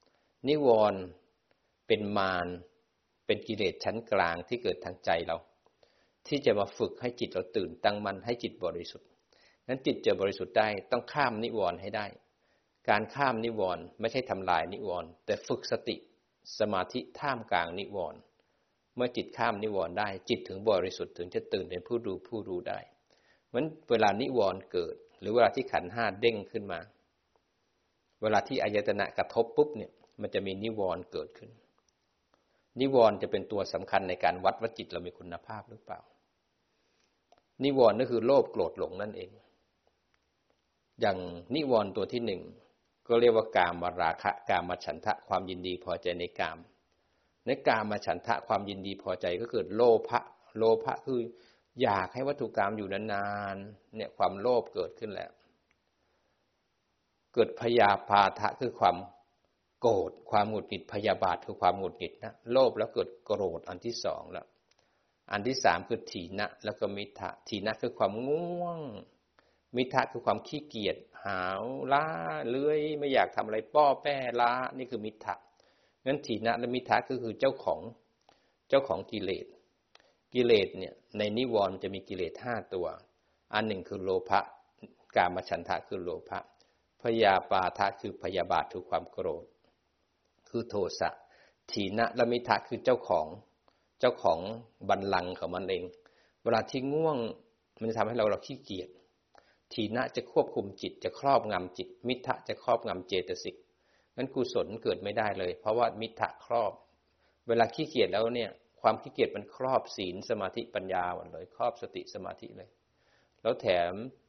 เป็นมารเป็นกิเลสชั้นกลางที่เกิดทางใจเราที่จะมาฝึกให้จิตเราตื่นตั้งมั่นให้จิตบริสุทธิ์นั้นจิตจะบริสุทธิ์ได้ต้องข้ามนิวรณ์ให้ได้การข้ามนิวรณ์ไม่ใช่ทำลายนิวรณ์แต่ฝึกสติสมาธิท่ามกลางนิวรณ์เมื่อจิตข้ามนิวรณ์ได้จิตถึงบริสุทธิ์ถึงจะตื่นเป็นผู้รู้ได้เพราะฉะนั้นเวลานิวรณ์เกิดหรือเวลาที่ขันธ์5เด้งขึ้นมาเวลาที่อายตนะกระทบปุ๊บเนี่ยมันจะมีนิวรณ์เกิดขึ้นนิวรณ์จะเป็นตัวสำคัญในการวัดว่าจิตเรามีคุณภาพหรือเปล่านิวรณ์ก็คือโลภโกรธหลงนั่นเองอย่างนิวรณ์ตัวที่1ก็เรียกว่ากามราคะกามฉันทะความยินดีพอใจในกามในกามฉันทะความยินดีพอใจก็เกิดโลภะคืออยากให้วัตถุกรรมอยู่นานๆเนี่ยความโลภเกิดขึ้นแล้วเกิดพยาบาทะคือความโกรธความหงุดหงิดพยาบาทคือความหงุดหงิดนะโลภแล้วเกิดโกรธอันที่2แล้วอันที่3คือถีนะแล้วก็มิทะถีนะคือความง่วงมิทะคือความขี้เกียจหาวล้าเลื่อยไม่อยากทำอะไรป้อแป้ล้านี่คือมิทะงั้นถีนะและมิทะก็คือเจ้าของกิเลสเนี่ยในนิวรณ์จะมีกิเลส5ตัวอันหนึ่งคือโลภะกามฉันทะคือโลภะพยาบาทะคือพยาบาทคือความโกรธคือโทสะถีนะและมิทะคือเจ้าของบัลลังก์ของมันเองเวลาที่ง่วงมันจะทำให้เราขี้เกียจถีนะจะควบคุมจิตจะครอบงำจิตมิทะจะครอบงำเจตสิกงั้นกุศลเกิดไม่ได้เลยเพราะว่ามิทะครอบเวลาขี้เกียจแล้วเนี่ยความขี้เกียจมันครอบศีลสมาธิปัญญาหมดเลยครอบสติสมาธิเลยแล้วแถม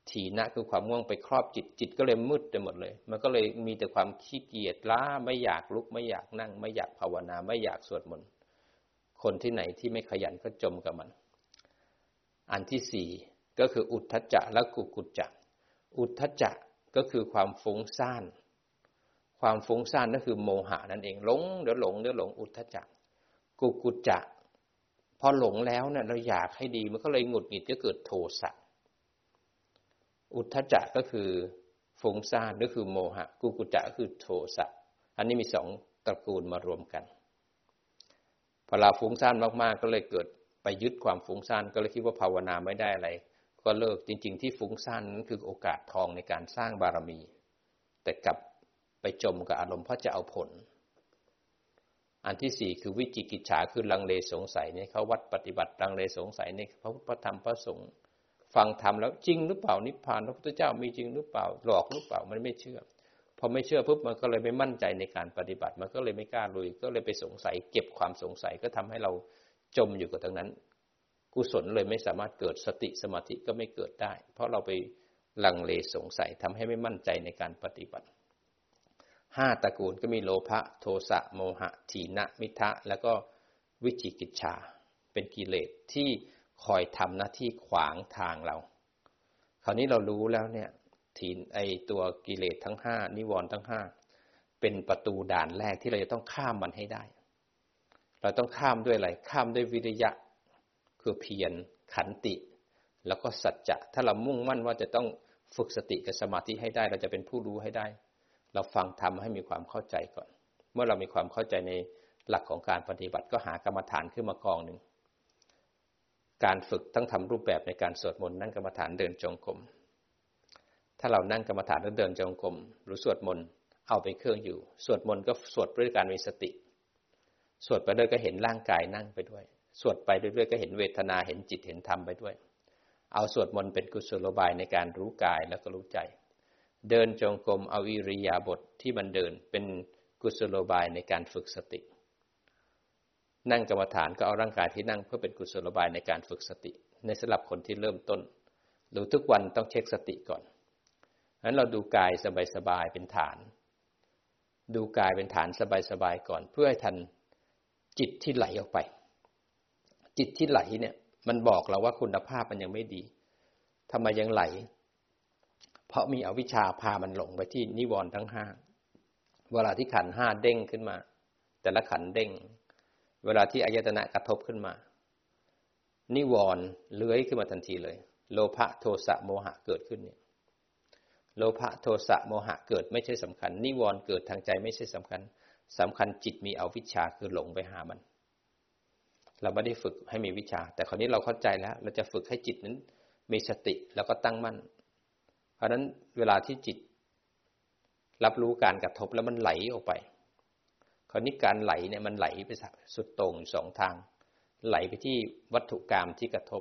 ถีนะคือความง่วงไปครอบจิตจิตก็เลยมืดไปหมดเลยมันก็เลยมีแต่ความขี้เกียจล้าไม่อยากลุกไม่อยากนั่งไม่อยากภาวนาไม่อยากสวดมนต์คนที่ไหนที่ไม่ขยันก็จมกับมันอันที่สี่ก็คืออุทธัจจะและกุกุจจะอุทธัจจะก็คือความฟุ้งซ่านความฟุ้งซ่านนั่นคือโมหะนั่นเองหลงเดี๋ยวหลงเดี๋ยวหลงอุทธัจจะกุกุจจะพอหลงแล้วเนี่ยเราอยากให้ดีมันก็เลยหงุดหงิดก็เกิดโทสะอุทธัจจะก็คือฟุ้งซ่านก็คือโมหะกุกุจจะก็คือโทสะอันนี้มีสองตระกูลมารวมกันพอเราฟุ้งซ่านมากๆก็เลยเกิดไปยึดความฟุ้งซ่านก็เลยคิดว่าภาวนาไม่ได้อะไรก็เลิกจริงๆที่ฟุ้งซ่านนั้นคือโอกาสทองในการสร้างบารมีแต่กลับไปจมกับอารมณ์เพราะจะเอาผลอันที่สี่คือวิจิกิจฉาคือลังเลสงสัยในเขาวัดปฏิบัติลังเลสงสัยในพระพุทธพระธรรมพระสงฆ์ฟังธรรมแล้วจริงหรือเปล่านิพพานพระพุทธเจ้ามีจริงหรือเปล่าหลอกหรือเปล่ามันไม่เชื่อพอไม่เชื่อปุ๊บมันก็เลยไม่มั่นใจในการปฏิบัติมันก็เลยไม่กล้าลุยก็เลยไปสงสัยเก็บความสงสัยก็ทำให้เราจมอยู่กับตรงนั้นกุศลเลยไม่สามารถเกิดสติสมาธิก็ไม่เกิดได้เพราะเราไปลังเลสงสัยทำให้ไม่มั่นใจในการปฏิบัติห้าตระกูลก็มีโลภะโทสะโมหะถีนะมิทะแล้วก็วิจิกิจฉาเป็นกิเลสที่คอยทำหน้าที่ขวางทางเราคราวนี้เรารู้แล้วเนี่ยถีนตัวกิเลสทั้งห้านิวรณ์ทั้งห้าเป็นประตูด่านแรกที่เราจะต้องข้ามมันให้ได้เราต้องข้ามด้วยอะไรข้ามด้วยวิริยะคือเพียรขันติแล้วก็สัจจะถ้าเรามุ่งมั่นว่าจะต้องฝึกสติกับสมาธิให้ได้เราจะเป็นผู้รู้ให้ได้เราฟังธรรมให้มีความเข้าใจก่อนเมื่อเรามีความเข้าใจในหลักของการปฏิบัติก็หากรรมฐานขึ้นมากองหนึ่งการฝึกต้องทำรูปแบบในการสวดมนต์นั่งกรรมฐานเดินจงกรมถ้าเรานั่งกรรมฐานแล้วเดินจงกรมหรือสวดมนต์เอาไปเครื่องอยู่สวดมนต์ก็สวดด้วยการมีสติสวดไปด้วยก็เห็นร่างกายนั่งไปด้วยสวดไปเรื่อยๆก็เห็นเวทนาเห็นจิตเห็นธรรมไปด้วยเอาสวดมนต์เป็นกุศโลบายในการรู้กายแล้วก็รู้ใจเดินจงกรมเอาอิริยาบถที่มันเดินเป็นกุศโลบายในการฝึกสตินั่งกรรมฐานก็เอาร่างกายที่นั่งเพื่อเป็นกุศโลบายในการฝึกสติในสำหรับคนที่เริ่มต้นหรือทุกวันต้องเช็คสติก่อนงั้นเราดูกายสบายๆเป็นฐานดูกายเป็นฐานสบายๆก่อนเพื่อให้ทันจิตที่ไหลออกไปจิตที่ไหลเนี่ยมันบอกเราว่าคุณภาพมันยังไม่ดีทำไมยังไหลเพราะมีอวิชชาพามันหลงไปที่นิวรณ์ทั้งห้าเวลาที่ขันธ์ห้าเด้งขึ้นมาแต่ละขันธ์เด้งเวลาที่อายตนะกระทบขึ้นมานิวรณ์เลื้อยขึ้นมาทันทีเลยโลภะโทสะโมหะเกิดขึ้นเนี่ยโลภะโทสะโมหะเกิดไม่ใช่สำคัญนิวรณ์เกิดทางใจไม่ใช่สำคัญสำคัญจิตมีอวิชชาคือหลงไปหามันเราไม่ได้ฝึกให้มีวิชาแต่คราวนี้เราเข้าใจแล้วเราจะฝึกให้จิตนั้นมีสติแล้วก็ตั้งมั่นเพราะฉะนั้นเวลาที่จิตรับรู้การกระทบแล้วมันไหลออกไปคราวนี้การไหลเนี่ยมันไหลไปสุดโต่งสองทางไหลไปที่วัตถุกรรมที่กระทบ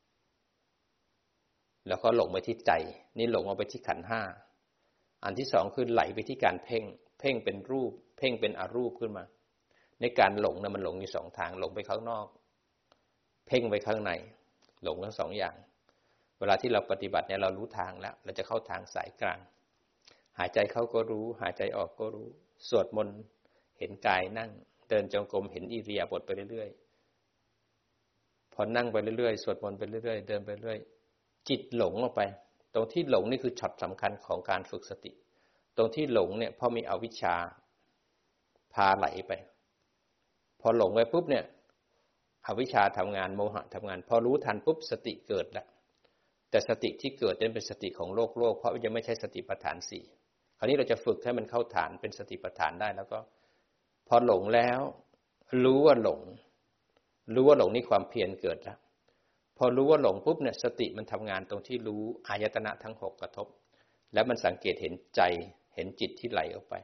แล้วก็หลงไปที่ใจนี่หลงเอาไปที่ขันธ์ห้าอันที่สองคือไหลไปที่การเพ่งเพ่งเป็นรูปเพ่งเป็นอรูปขึ้นมาในการหลงนะมันหลงอยู่สองทางหลงไปข้างนอกเพ่งไปข้างในหลงทั้งสองอย่างเวลาที่เราปฏิบัติเนี่ยเรารู้ทางแล้วเราจะเข้าทางสายกลางหายใจเข้าก็รู้หายใจออกก็รู้สวดมนต์เห็นกายนั่งเดินจงกรมเห็นอิริยาบถไปเรื่อยๆพอนั่งไปเรื่อยๆสวดมนต์ไปเรื่อยๆเดินไปเรื่อยจิตหลงออกไปตรงที่หลงนี่คือช็อตสำคัญของการฝึกสติตรงที่หลงเนี่ยเพราะมีอวิชชาพาไหลไปพอหลงไปปุ๊บเนี่ยอวิชชาทำงานโมหะทำงานพอรู้ทันปุ๊บสติเกิดแล้วแต่สติที่เกิดนั้นเป็นสติของโลกเพราะยังไม่ใช่สติปัฏฐานสี่คราวนี้เราจะฝึกให้มันเข้าฐานเป็นสติปัฏฐานได้แล้วก็พอหลงแล้วรู้ว่าหลงนี่ความเพียรเกิดแล้วพอรู้ว่าหลงปุ๊บเนี่ยสติมันทำงานตรงที่รู้อายตนะทั้งหกกระทบแล้วมันสังเกตเห็นใจเห็นจิตที่ไหลออกไป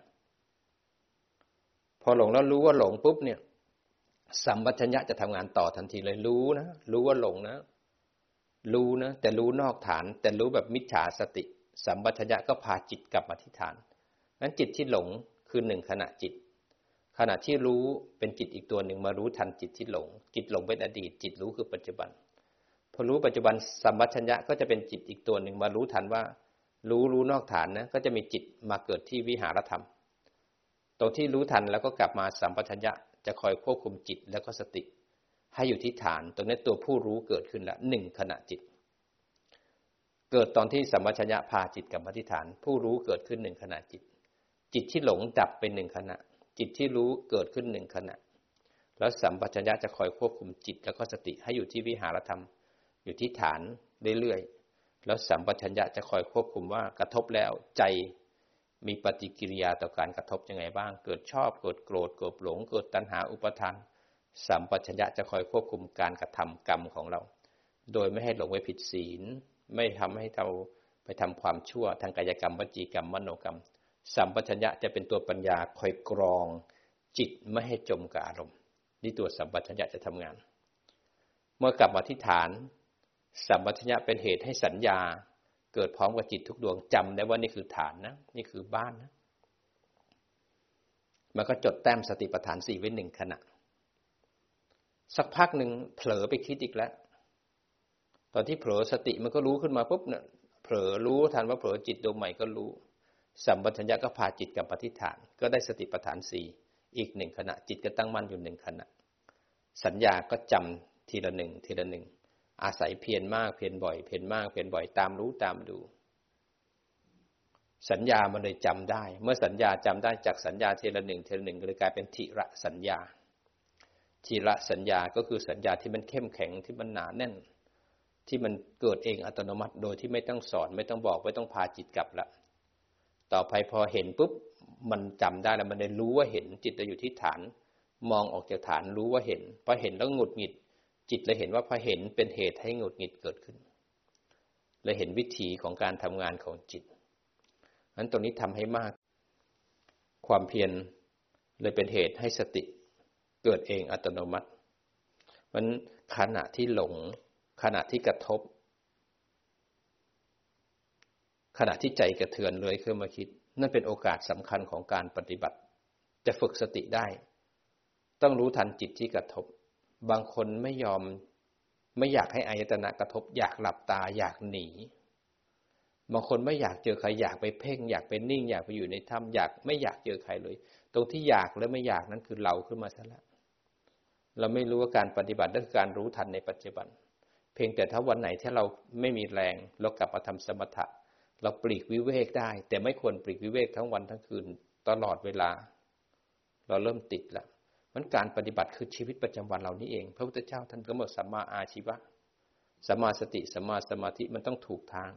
พอหลงแล้วรู้ว่าหลงปุ๊บเนี่ยสัมปชัญญะจะทำงานต่อทันทีเลยรู้นะรู้ว่าหลงนะรู้นะแต่รู้นอกฐานแต่รู้แบบมิจฉาสติสัมปชัญญะก็พาจิตกลับมาที่ฐานนั้นจิตที่หลงคือหนึ่งขณะจิตขณะที่รู้เป็นจิตอีกตัวหนึ่งมารู้ทันจิตที่หลงจิตหลงเป็นอดีตจิตรู้คือปัจจุบันพอรู้ปัจจุบันสัมปชัญญะก็จะเป็นจิตอีกตัวหนึ่งมารู้ทันว่ารู้นอกฐานนะก็จะมีจิตมาเกิดที่วิหารธรรมตรงที่รู้ทันแล้วก็กลับมาสัมปชัญญะจะคอยควบคุมจิตแล้วก็สติให้อยู่ที่ฐานตรงนี้ตัวผู้รู้เกิดขึ้นละหนึ่งขณะจิตเกิดตอนที่สัมปชัญญะพาจิตกลับมาที่ฐานผู้รู้เกิดขึ้นหนึ่งขณะจิตจิตที่หลงดับเป็นหนึ่งขณะจิตที่รู้เกิดขึ้นหนึ่งขณะแล้วสัมปชัญญะจะคอยควบคุมจิตแล้วก็สติให้อยู่ที่วิหารธรรมอยู่ที่ฐานเรื่อยๆแล้วสัมปชัญญะจะคอยควบคุมว่ากระทบแล้วใจมีปฏิกิริยาต่อการกระทบยังไงบ้างเกิดชอบเกิดโกรธเกิดหลงเกิดตัณหาอุปทานสัมปชัญญะจะคอยควบคุมการกระทำกรรมของเราโดยไม่ให้หลงไปผิดศีลไม่ทำให้เราไปทำความชั่วทางกายกรรมวจีกรรมมโนกรรมสัมปชัญญะจะเป็นตัวปัญญาคอยกรองจิตไม่ให้จมกับอารมณ์นี่ตัวสัมปชัญญะจะทำงานเมื่อกลับมาที่ฐานสัมปชัญญะเป็นเหตุให้สัญญาเกิดพร้อมกับจิตทุกดวงจำได้ว่านี่คือฐานนะนี่คือบ้านนะมันก็จดแต้มสติปัฏฐาน4ไว้1ขณะสักพักหนึ่งเผลอไปคิดอีกแล้วตอนที่เผลอสติมันก็รู้ขึ้นมาปุ๊บเนี่ยเผลอรู้ทันว่าเผลอจิตดวงใหม่ก็รู้สัมปชัญญะก็พาจิตกลับมาที่ฐานก็ได้สติปัฏฐาน4อีก1ขณะจิตก็ตั้งมั่นอยู่1ขณะสัญญาก็จำทีละ1ทีละ1อาศัยเพียรมากเพียรบ่อยเพียรมากเพียรบ่อยตามรู้ตามดูสัญญามันเลยจำได้เมื่อสัญญาจำได้จากสัญญาทีละ1ทีละ1ก็เลยกลายเป็นทิระสัญญาทิระสัญญาก็คือสัญญาที่มันเข้มแข็งที่มันหนาแน่นที่มันเกิดเองอัตโนมัติโดยที่ไม่ต้องสอนไม่ต้องบอกไม่ต้องพาจิตกลับละต่อไปพอเห็นปุ๊บมันจำได้แล้วมันเลยรู้ว่าเห็นจิตจะอยู่ที่ฐานมองออกจากฐานรู้ว่าเห็นพอเห็นแล้วหงุดหงิดจิตเลยเห็นว่าพอเห็นเป็นเหตุให้หงุดหงิดเกิดขึ้นเลยเห็นวิถีของการทำงานของจิตนั้นตรงนี้ทำให้มากความเพียรเลยเป็นเหตุให้สติเกิดเองอัตโนมัติมันขณะที่หลงขณะที่กระทบขณะที่ใจกระเทือนเลยขึ้นมาคิดนั่นเป็นโอกาสสำคัญของการปฏิบัติจะฝึกสติได้ต้องรู้ทันจิตที่กระทบบางคนไม่อยากให้อายตนะกระทบอยากหลับตาอยากหนีบางคนไม่อยากเจอใครอยากไปเพ่งอยากไปนิ่งอยากไปอยู่ในถ้ำไม่อยากเจอใครเลยตรงที่อยากและไม่อยากนั้นคือเราขึ้นมาซะแล้วเราไม่รู้ว่าการปฏิบัตินั่นคือการรู้ทันในปัจจุบันเพียงแต่ถ้าวันไหนที่เราไม่มีแรงเรากลับมาทำสมถะเราปลีกวิเวกได้แต่ไม่ควรปลีกวิเวกทั้งวันทั้งคืนตลอดเวลาเราเริ่มติดแล้วมันการปฏิบัติคือชีวิตประจำวันเรานี่เองพระพุทธเจ้าท่านก็บอกสัมมาอาชีวะสัมมาสติสัมมาสมาธิมันต้องถูกทาง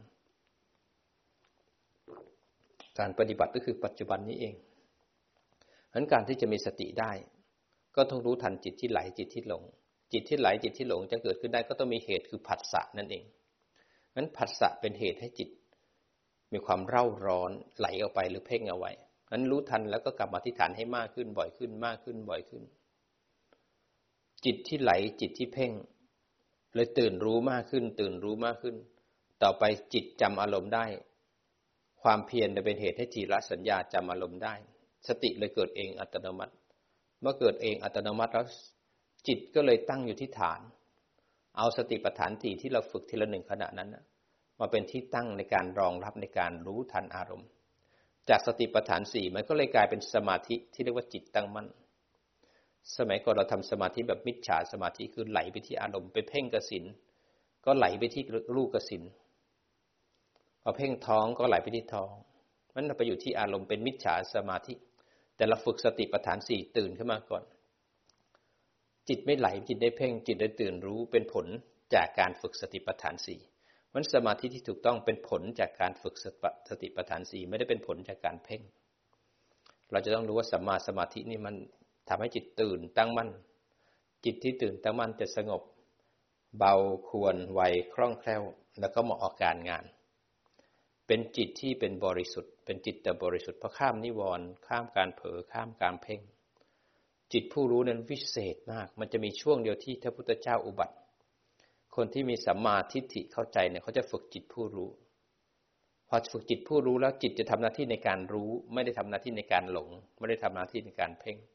การปฏิบัติก็คือปัจจุบันนี้เองงั้นการที่จะมีสติได้ก็ต้องรู้ทันจิตที่ไหลจิตที่หลงจิตที่ไหลจิตที่หลงจะเกิดขึ้นได้ก็ต้องมีเหตุคือผัสสะนั่นเองงั้นผัสสะเป็นเหตุให้จิตมีความเร่าร้อนไหลออกไปหรือเพ่งเอาไว้งั้นรู้ทันแล้วก็กลับมาที่ฐานให้มากขึ้นบ่อยขึ้นมากขึ้นบ่อยขึ้นจิตที่ไหลจิตที่เพ่งเลยตื่นรู้มากขึ้นตื่นรู้มากขึ้นต่อไปจิตจำอารมณ์ได้ความเพียรจะเป็นเหตุให้จิตละสัญญาจำอารมณ์ได้สติเลยเกิดเองอัตโนมัติเมื่อเกิดเองอัตโนมัติแล้วจิตก็เลยตั้งอยู่ที่ฐานเอาสติปัฏฐาน4ที่เราฝึกทีละ1ขณะนั้นมาเป็นที่ตั้งในการรองรับในการรู้ทันอารมณ์จากสติปัฏฐาน4มันก็เลยกลายเป็นสมาธิที่เรียกว่าจิตตั้งมั่นสมัยก่อนเราทำสมาธิแบบมิจฉาสมาธิคือไหลไปที่อารมณ์ไปเพ่งกสิณก็ไหลไปที่รูปกสิณพอเพ่งท้องก็ไหลไปที่ท้องมันไปอยู่ที่อารมณ์เป็นมิจฉาสมาธิแต่เราฝึกสติปัฏฐาน4ตื่นขึ้นมาก่อนจิตไม่ไหลจิตได้เพ่งจิตได้ตื่นรู้เป็นผลจากการฝึกสติปัฏฐาน4มันสมาธิที่ถูกต้องเป็นผลจากการฝึกสติปัฏฐาน4ไม่ได้เป็นผลจากการเพ่งเราจะต้องรู้ว่าสัมมาสมาธินี่มันทำให้จิตตื่นตั้งมั่นจิตที่ตื่นตั้งมั่นจะสงบเบาควรไวคล่องแคล่วแล้วก็เหมาะกับการงานเป็นจิตที่เป็นบริสุทธิ์เป็นจิตแต่บริสุทธิ์เพราะข้ามนิวรณ์ข้ามการเผลอข้ามการเพ่งจิตผู้รู้นั้นวิเศษมากมันจะมีช่วงเดียวที่พระพุทธเจ้าอุบัติคนที่มีสัมมาทิฏฐิเข้าใจเนี่ยเขาจะฝึกจิตผู้รู้พอฝึกจิตผู้รู้แล้วจิตจะทำหน้าที่ในการรู้ไม่ได้ทำหน้าที่ในการหลงไม่ได้ทำหน้าที่ในการเพ่งเขา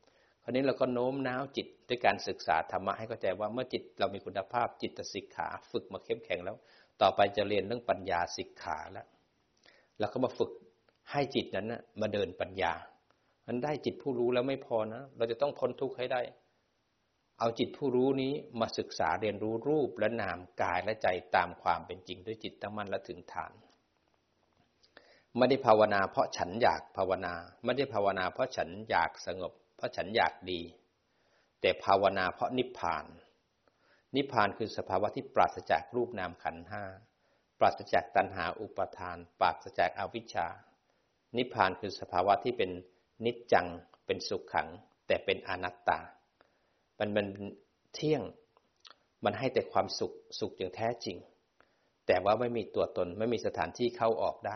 ราวนี้เราก็โน้มน้าวจิตด้วยการศึกษาธรรมะให้เข้าใจว่าเมื่อจิตเรามีคุณภาพจิตสิกขาฝึกมาเข้มแข็งแล้วต่อไปจะเรียนเรื่องปัญญาสิกขาแล้วก็มาฝึกให้จิตนั้นนะมาเดินปัญญามันได้จิตผู้รู้แล้วไม่พอนะเราจะต้องพ้นทุกข์ให้ได้เอาจิตผู้รู้นี้มาศึกษาเรียนรู้รูปและนามกายและใจตามความเป็นจริงด้วยจิตตั้งมั่นและถึงฐานไม่ได้ภาวนาเพราะฉันอยากภาวนาไม่ได้ภาวนาเพราะฉันอยากสงบเพราะฉันอยากดีแต่ภาวนาเพราะนิพพานนิพพานคือสภาวะที่ปราศจากรูปนามขันธ์ห้าปราศจากตัณหาอุปาทานปราศจากอวิชชานิพพานคือสภาวะที่เป็นนิจจังเป็นสุขขังแต่เป็นอนัตตามันเที่ยงมันให้แต่ความสุขอย่างแท้จริงแต่ว่าไม่มีตัวตนไม่มีสถานที่เข้าออกได้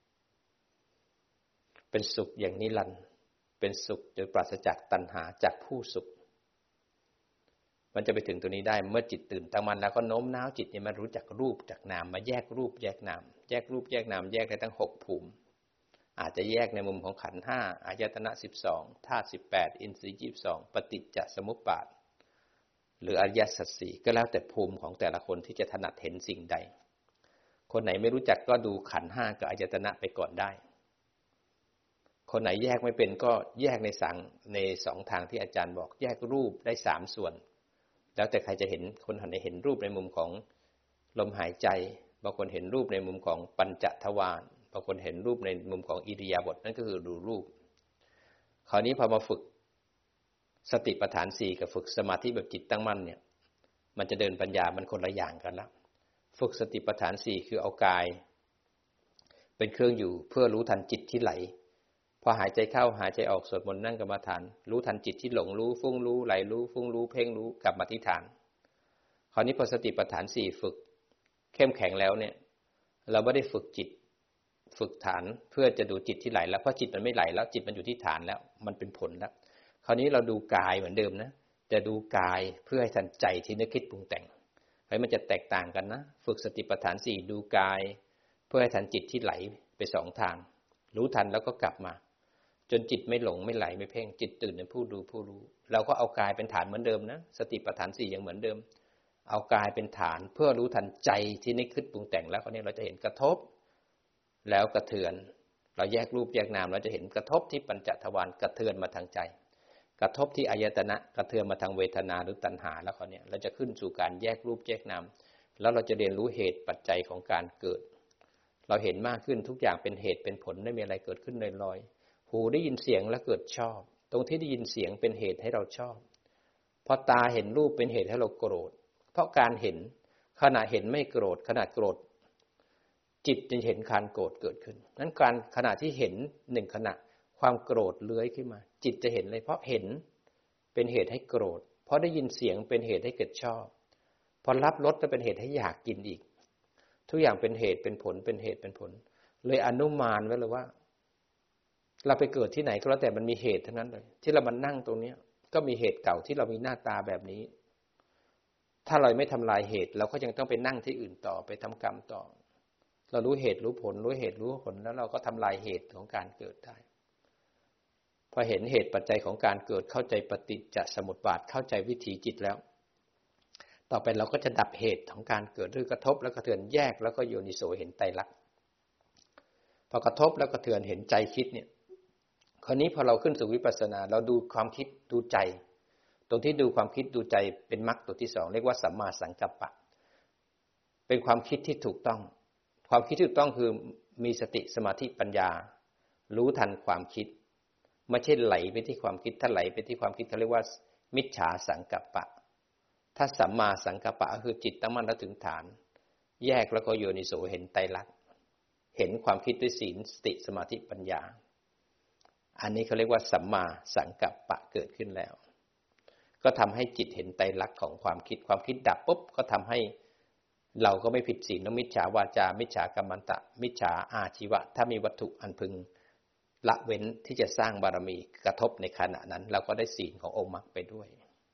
เป็นสุขอย่างนิรันดร์เป็นสุขโดยปราศจากตัณหาจากผู้สุขมันจะไปถึงตัวนี้ได้เมื่อจิตตื่นตั้งมั่นแล้วก็โน้มน้าวจิตเนี่ยมารู้จักรูปจากนามมาแยกรูปแยกนามแยกรูปแยกนามแยกได้ทั้ง6ภูมิอาจจะแยกในมุมของขันธ์5อายตนะ12ธาตุ18อินทรีย์22ปฏิจจสมุปบาทหรืออริยสัจ4ก็แล้วแต่ภูมิของแต่ละคนที่จะถนัดเห็นสิ่งใดคนไหนไม่รู้จักก็ดูขันธ์5กับอายตนะไปก่อนได้คนไหนแยกไม่เป็นก็แยกใน2ทางที่อาจารย์บอกแยกรูปได้3ส่วนแล้วแต่ใครจะเห็นคนไหนเห็นรูปในมุมของลมหายใจบางคนเห็นรูปในมุมของปัญจทวารบางคนเห็นรูปในมุมของอิริยาบถนั่นก็คือดูรูปคราวนี้พอมาฝึกสติปัฏฐาน4กับฝึกสมาธิแบบจิตตั้งมั่นเนี่ยมันจะเดินปัญญามันคนละอย่างกันละฝึกสติปัฏฐาน4คือเอากายเป็นเครื่องอยู่เพื่อรู้ทันจิตที่ไหลพอหายใจเข้าหายใจออกสวดมนต์นั่งกรรมฐานรู้ทันจิตที่หลงรู้ฟุ้งรู้ไหลรู้ฟุ้งรู้เพ่งรู้กลับมาที่ฐานคราวนี้พอสติปัฏฐาน4ฝึกเข้มแข็งแล้วเนี่ยเราไม่ได้ฝึกจิตฝึกฐานเพื่อจะดูจิตที่ไหลแล้วเพราะจิตมันไม่ไหลแล้วจิตมันอยู่ที่ฐานแล้วมันเป็นผลแล้วคราวนี้เราดูกายเหมือนเดิมนะแต่ดูกายเพื่อให้ทันใจที่นึกคิดปรุงแต่งให้มันจะแตกต่างกันนะฝึกสติปัฏฐาน4ดูกายเพื่อให้ทันจิตที่ไหลไป2ทางรู้ทันแล้วก็กลับมาจนจิตไม่หลงไม่ไหลไม่เพ่งจิตตื่นเป็นผู้ดูผู้รู้เราก็เอากายเป็นฐานเหมือนเดิมนะสติปัฏฐาน4ยังเหมือนเดิมเอากายเป็นฐานเพื่อรู้ทันใจที่นึกคิดปรุงแต่งแล้วคราวนี้เราจะเห็นกระทบแล้วกระเทือนเราแยกรูปแยกนามเราจะเห็นกระทบที่ปัญจทวารกระเทือนมาทางใจกระทบที่อายตนะกระเทือนมาทางเวทนาหรือตัณหาแล้วคราวนี้เราจะขึ้นสู่การแยกรูปแยกนามแล้วเราจะเรียนรู้เหตุปัจจัยของการเกิดเราเห็นมากขึ้นทุกอย่างเป็นเหตุเป็นผลไม่มีอะไรเกิดขึ้นลอยๆหูได้ยินเสียงแล้วเกิดชอบตรงที่ได้ยินเสียงเป็นเหตุให้เราชอบพอตาเห็นรูปเป็นเหตุให้เราโกรธเพราะการเห็นขณะเห็นไม่โกรธขณะโกรธจิตจะเห็นการโกรธเกิดขึ้นนั้นการขณะที่เห็น1ขณะความโกรธเลื้อยขึ้นมาจิตจะเห็นเลยเพราะเห็นเป็นเหตุให้โกรธเพราะได้ยินเสียงเป็นเหตุให้เกิดชอบพอรับรสจะเป็นเหตุให้อยากกินอีกทุกอย่างเป็นเหตุเป็นผลเป็นเหตุเป็นผลเลยอนุมานไว้เลยว่าเราไปเกิดที่ไหนก็แล้วแต่มันมีเหตุทั้งนั้นเลยที่เรามานั่งตรงนี้ก็มีเหตุเก่าที่เรามีหน้าตาแบบนี้ถ้าเราไม่ทำลายเหตุเราก็ยังต้องไปนั่งที่อื่นต่อไปทำกรรมต่อเรารู้เหตุรู้ผลรู้เหตุรู้ผลแล้วเราก็ทำลายเหตุของการเกิดได้พอเห็นเหตุปัจจัยของการเกิดเข้าใจปฏิจจสมุปบาทเข้าใจวิถีจิตแล้วต่อไปเราก็จะดับเหตุของการเกิดหรือกระทบแล้วกระเทือนแยกแล้วก็โยนิโสเห็นไตรลักษณ์พอกระทบแล้วกระเทือนเห็นใจคิดเนี่ยคราวนี้พอเราขึ้นสู่วิปัสสนาเราดูความคิดดูใจตรงที่ดูความคิดดูใจเป็นมรรคตัวที่2เรียกว่าสัมมาสังกัปปะเป็นความคิดที่ถูกต้องความคิดที่ถูกต้องคือมีสติสมาธิปัญญารู้ทันความคิดไม่ใช่ไหลไปที่ความคิดถ้าไหลไปที่ความคิดเขาเรียกว่ามิจฉาสังกัปปะถ้าสัมมาสังกัปปะคือจิตตั้งมั่นแล้วถึงฐานแยกแล้วก็โยนิโสเห็นไตรลักษณ์เห็นความคิดด้วยศีลสติสมาธิปัญญาอันนี้เขาเรียกว่าสัมมาสังกัปปะเกิดขึ้นแล้วก็ทำให้จิตเห็นไตรลักษณ์ของความคิดความคิดดับปุ๊บก็ทำให้เราก็ไม่ผิดศีลและมิจฉาวาจามิจฉากัมมันตะมิจฉาอาชีวะถ้ามีวัตถุอันพึงละเว้นที่จะสร้างบารมีกระทบในขณะนั้นเราก็ได้ศีลขององค์มรรคไปด้วย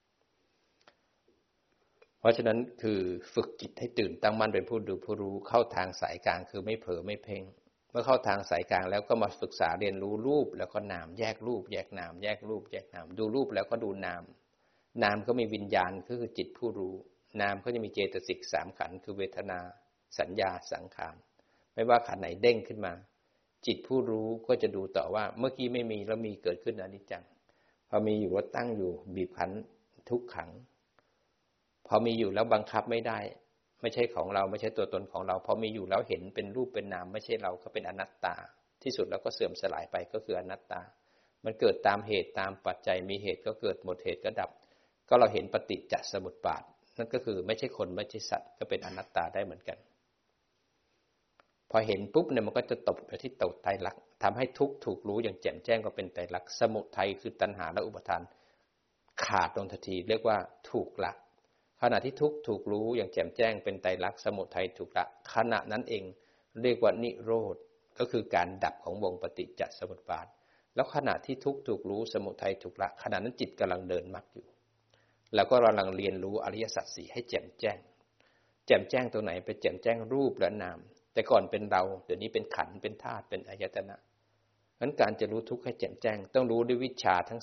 เพราะฉะนั้นคือฝึกจิตให้ตื่นตั้งมั่นเป็นผู้ดูผู้รู้เข้าทางสายกลางคือไม่เผลอไม่เพ่งเมื่อเข้าทางสายกลางแล้วก็มาศึกษาเรียนรู้รูปแล้วก็นามแยกรูปแยกนามแยกรูปแยกนามดูรูปแล้วก็ดูนามนามก็มีวิญญาณก็คือจิตผู้รู้นามก็จะมีเจตสิก3ขันธ์คือเวทนาสัญญาสังขารไม่ว่าขันธ์ไหนเด้งขึ้นมาจิตผู้รู้ก็จะดูต่อว่าเมื่อกี้ไม่มีแล้วมีเกิดขึ้นอนิจจังพอมีอยู่แล้วตั้งอยู่บีบคั้นทุกขังพอมีอยู่แล้วบังคับไม่ได้ไม่ใช่ของเราไม่ใช่ตัวตนของเราพอมีอยู่แล้วเห็นเป็นรูปเป็นนามไม่ใช่เราก็เป็นอนัตตาที่สุดแล้วก็เสื่อมสลายไปก็คืออนัตตามันเกิดตามเหตุตามปัจจัยมีเหตุก็เกิดหมดเหตุก็ดับก็เราเห็นปฏิจจสมุปบาทนั่นก็คือไม่ใช่คนไม่ใช่สัตว์ก็เป็นอนัตตาได้เหมือนกันพอเห็นปุ๊บเนี่ยมันก็จะตกไปที่ไตรลักษณ์ทำให้ทุกข์ถูกรู้อย่างแจ่มแจ้งก็เป็นไตรลักษณ์สมุทัยคือตัณหาและอุปทานขาดลงทันทีเรียกว่าถูกละขณะที่ทุกข์ถูกรู้อย่างแจ่มแจ้งเป็นไตรลักษณ์สมุทัยถูกละขณะนั้นเองเรียกว่านิโรธก็คือการดับของวงปฏิจจสมุปบาทแล้วขณะที่ทุกข์ถูกรู้สมุทัยถูกละขณะนั้นจิตกำลังเดินมรรคอยู่แล้วก็กำลังเรียนรู้อริยสัจสี่ให้แจ่มแจ้งแจ่มแจ้งตัวไหนไปแจ่มแจ้งรูปและนามแต่ก่อนเป็นเราเดี๋ยวนี้เป็นขันธ์เป็นธาตุเป็นอายตนะงั้นการจะรู้ทุกข์ให้แจ่มแจ้งต้องรู้ด้วยวิชชาทั้ง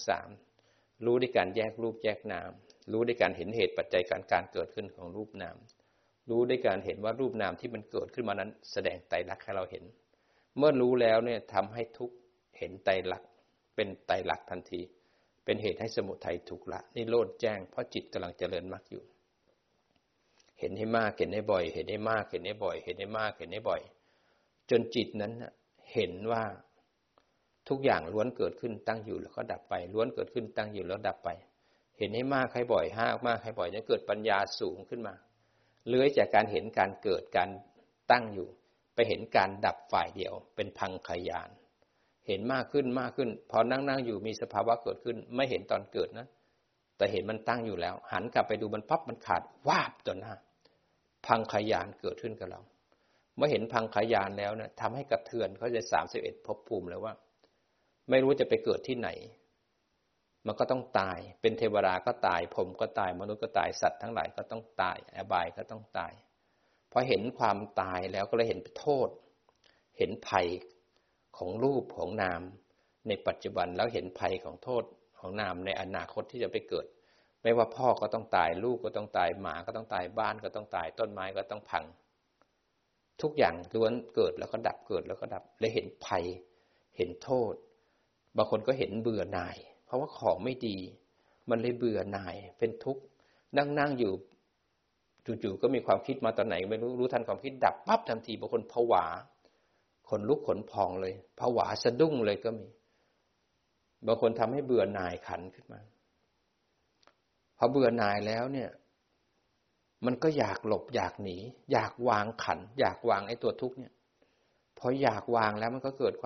3รู้ด้วยการแยกรูปแยกนามรู้ด้วยการเห็นเหตุปัจจัยการเกิดขึ้นของรูปนามรู้ด้วยการเห็นว่ารูปนามที่มันเกิดขึ้นมานั้นแสดงไตรลักษณ์ให้เราเห็นเมื่อรู้แล้วเนี่ยทำให้ทุกข์เห็นไตรลักษณ์เป็นไตรลักษณ์ทันทีเป็นเหตุให้สมุทัยถูกละนิโรธแจ้งเพราะจิตกำลังเจริญมรรคอยู่เห็นให้มากเห็นให้บ่อยเห็นให้มากเห็นให้บ่อยเห็นให้มากเห็นให้บ่อยจนจิตนั้นเห็นว่าทุกอย่างล้วนเกิดขึ้นตั้งอยู่แล้วก็ดับไปล้วนเกิดขึ้นตั้งอยู่แล้วดับไปเห็นให้มากให้บ่อยให้มากให้บ่อยจะเกิดปัญญาสูงขึ้นมาเลื้อยจากการเห็นการเกิดการตั้งอยู่ไปเห็นการดับฝ่ายเดียวเป็นพังคญาณเห็นมากขึ้นมากขึ้นพอนั่งอยู่มีสภาวะเกิดขึ้นไม่เห็นตอนเกิดนะแต่เห็นมันตั้งอยู่แล้วหันกลับไปดูมันปั๊บมันขาดวาบต่อหน้าพังคญาณเกิดขึ้นกับเราเมื่อเห็นพังคญาณแล้วเนี่ยทำให้กระเทือนเขาจะ31ภพภูมิเลยว่าไม่รู้จะไปเกิดที่ไหนมันก็ต้องตายเป็นเทวดาก็ตายพรหมก็ตายมนุษย์ก็ตายสัตว์ทั้งหลายก็ต้องตายอบายก็ต้องตายพอเห็นความตายแล้วก็เลยเห็นโทษเห็นภัยของรูปของนามในปัจจุบันแล้วเห็นภัยของโทษของนามในอนาคตที่จะไปเกิดไม่ว่าพ่อก็ต้องตายลูกก็ต้องตายหมาก็ต้องตายบ้านก็ต้องตายต้นไม้ก็ต้องพังทุกอย่างล้วนเกิดแล้วก็ดับเกิดแล้วก็ดับเลยเห็นภัยเห็นโทษบางคนก็เห็นเบื่อหน่ายเพราะว่าของไม่ดีมันเลยเบื่อหน่ายเป็นทุกข์นั่งอยู่จู่ๆก็มีความคิดมาตอนไหนไม่รู้ทันความคิดดับปั๊บทันทีบางคนผวาขนลุกขนพองเลยผวาสะดุ้งเลยก็มีบางคนทำให้เบื่อหน่ายขันขึ้นมาพอเบื่อหน่ายแล้วเนี่ยมันก็อยากหลบอยากหนีอยากวางขันอยากวางไอ้ตัวทุกข์เนี่ยพออยากวางแล้วมันก็เกิด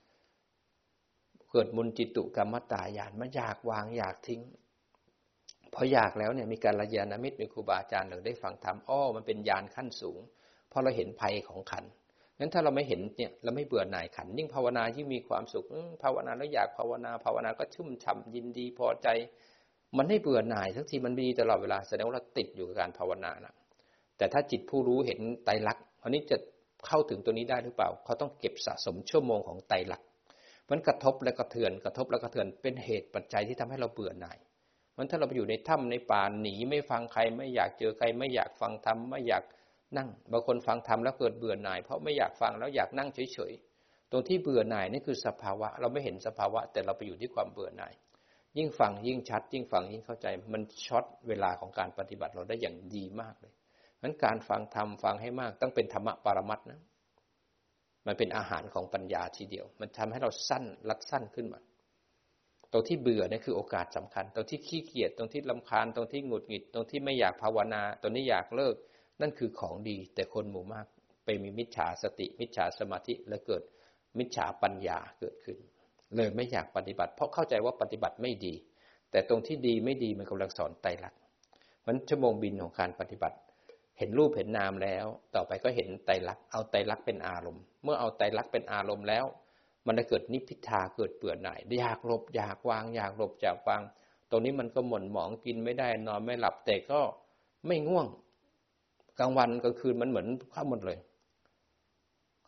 มุนจิตุกรรมตายานมันอยากวางอยากทิ้งพออยากแล้วเนี่ยมีกัลยาณมิตรมีครูบาอาจารย์เราได้ฟังธรรมมันเป็นญาณขั้นสูงเพราะเราเห็นภัยของขันธ์งั้นถ้าเราไม่เห็นเนี่ยเราไม่เบื่อหน่ายขันธ์ยิ่งภาวนายิ่งมีความสุขภาวนาแล้วอยากภาวนาก็ชุ่มฉ่ำยินดีพอใจมันไม่เบื่อหน่ายทั้งทีมันดีตลอดเวลาแสดงว่าเราติดอยู่กับการภาวนานะแต่ถ้าจิตผู้รู้เห็นไตรลักษณ์อันนี้จะเข้าถึงตัวนี้ได้หรือเปล่าเขาต้องเก็บสะสมชั่วโมงของไตรลักษณ์มันกระทบและกระเทือนเป็นเหตุปัจจัยที่ทำให้เราเบื่อหน่ายมันถ้าเราไปอยู่ในถ้ำในป่าหนีไม่ฟังใครไม่อยากเจอใครไม่อยากฟังธรรมไม่อยากนั่งบางคนฟังธรรมแล้วเกิดเบื่อหน่ายเพราะไม่อยากฟังแล้วอยากนั่งเฉยๆตรงที่เบื่อหน่ายนี่คือสภาวะเราไม่เห็นสภาวะแต่เราไปอยู่ที่ความเบื่อหน่ายยิ่งฟังยิ่งชัดยิ่งฟังยิ่งเข้าใจมันช็อตเวลาของการปฏิบัติเราได้อย่างดีมากเลยงั้นการฟังธรรมฟังให้มากต้องเป็นธรรมะปรมัตถ์นะมันเป็นอาหารของปัญญาทีเดียวมันทำให้เราสั้นรัดสั้นขึ้นมาตรงที่เบื่อนี่คือโอกาสสำคัญตรงที่ขี้เกียจตรงที่รำคาญตรงที่หงุดหงิดตรงที่ไม่อยากภาวนาตรงนี้อยากเลิกนั่นคือของดีแต่คนหมู่มากไปมีมิจฉาสติมิจฉาสมาธิและเกิดมิจฉาปัญญาเกิดขึ้นเลยไม่อยากปฏิบัติเพราะเข้าใจว่าปฏิบัติไม่ดีแต่ตรงที่ดีไม่ดีมันกำลังสอนไตรลักษณ์มันชั่วโมงบินของการปฏิบัติเห็นรูปเห็นนามแล้วต่อไปก็เห็นไตรลักษณ์เอาไตรลักษณ์เป็นอารมณ์เมื่อเอาไตรลักษณ์เป็นอารมณ์แล้วมันจะเกิดนิพพิทาเกิดเบื่อหน่ายอยากหลบอยากวางอยากหลบอยากวางตรงนี้มันก็หม่นหมองกินไม่ได้นอนไม่หลับแต่ก็ไม่ง่วงกลางวันกลางคืนมันเหมือนเข้าหมดเลย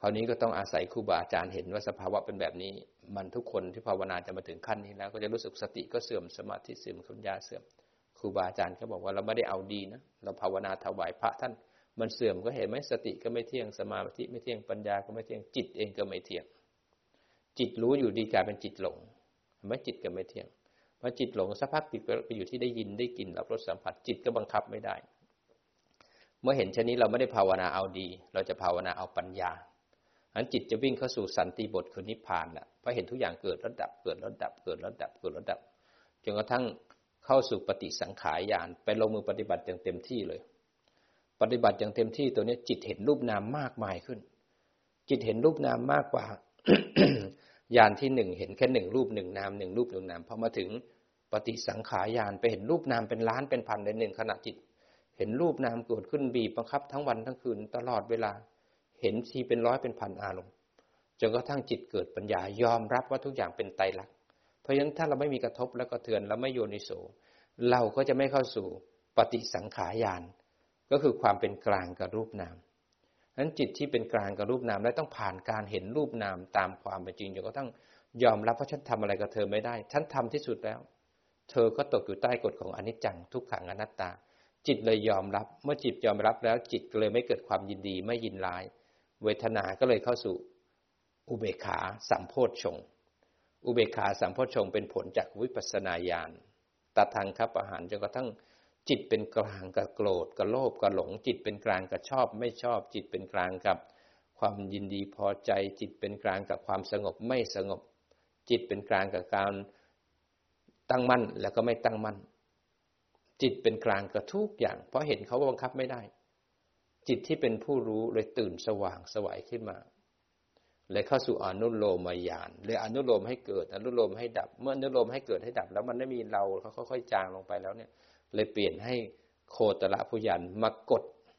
คราวนี้ก็ต้องอาศัยครูบาอาจารย์เห็นว่าสภาวะเป็นแบบนี้มันทุกคนที่ภาวนาจะมาถึงขั้นนี้แล้วก็จะรู้สึกสติก็เสื่อมสมาธิเสื่อมปัญญาเสื่อมครูบาอาจารย์ก็บอกว่าเราไม่ได้เอาดีนะเราภาวนาถวายพระท่านมันเสื่อมก็เห็นไหมสติก็ไม่เที่ยงสมาธิไม่เที่ยงปัญญาก็ไม่เที่ยงจิตเองก็ไม่เที่ยงจิตรู้อยู่ดีกลายเป็นจิตหลงไม่จิตก็ไม่เที่ยงพอจิตหลงสักพักจิตก็ไปอยู่ที่ได้ยินได้กลิ่นรับรสสัมผัสจิตก็บังคับไม่ได้เมื่อเห็นเช่นนี้เราไม่ได้ภาวนาเอาดีเราจะภาวนาเอาปัญญาอันจิตจะวิ่งเข้าสู่สันติบทคือนิพพานน่ะเพราะเห็นทุกอย่างเกิดแล้วดับเกิดแล้วดับเกิดแล้วดับเกิดแล้วดับจนกระทั่งเข้าสู่ปฏิสังขารญาณไปลงมือปฏิบัติอย่างเต็มที่เลยปฏิบัติอย่างเต็มที่ตัวนี้จิตเห็นรูปนามมากมายขึ้นจิตเห็นรูปนามมากกว่า ญาณที่หนึ่งเห็นแค่หนึ่งรูปหนึ่งนามหนึ่งรูปหนึ่งนามพอมาถึงปฏิสังขารญาณไปเห็นรูปนามเป็นล้านเป็นพันในหนึ่งขณะจิตเห็นรูปนามเกิดขึ้นบีบบังคับทั้งวันทั้งคืนตลอดเวลาเห็นทีเป็นร้อยเป็นพันอารมณ์จนกระทั่งจิตเกิดปัญญายอมรับว่าทุกอย่างเป็นไตรลักษณ์เพราะฉะนั้นถ้าเราไม่มีกระทบและกระเทือนแล้วไม่โยนิโสเราก็จะไม่เข้าสู่ปฏิสังขารญาณก็คือความเป็นกลางกับรูปนามนั้นจิตที่เป็นกลางกับรูปนามและต้องผ่านการเห็นรูปนามตามความเป็นจริงจนกระทั่งยอมรับว่าฉันทำอะไรกับเธอไม่ได้ฉันทำที่สุดแล้วเธอก็ตกอยู่ใต้กฎของอนิจจังทุกขังอนัตตาจิตเลยยอมรับเมื่อจิตยอมรับแล้วจิตก็เลยไม่เกิดความยินดีไม่ยินร้ายเวทนาก็เลยเข้าสู่อุเบกขาสัมโพชฌงค์อุเบกขาสัมโพชฌงค์เป็นผลจากวิปัสสนาญาณตัดทางคับอาหารจนกระทั่งจิตเป็นกลางกับโกรธกับโลภกับหลงจิตเป็นกลางกับชอบไม่ชอบจิตเป็นกลางกับความยินดีพอใจจิตเป็นกลางกับความสงบไม่สงบจิตเป็นกลางกับการตั้งมั่นแล้วก็ไม่ตั้งมั่นจิตเป็นกลางกับทุกอย่างเพราะเห็นเขาบังคับไม่ได้จิตที่เป็นผู้รู้เลยตื่นสว่างไสวขึ้นมาเลยเข้าสู่อนุโลมญาณเลยอนุโลมให้เกิดอนุโลมให้ดับเมื่ออนุโลมให้เกิดให้ดับแล้วมันไม่มีเราเขาค่อยๆจางลงไปแล้วเนี่ยเลยเปลี่ยนให้โคตรพุยัญมาก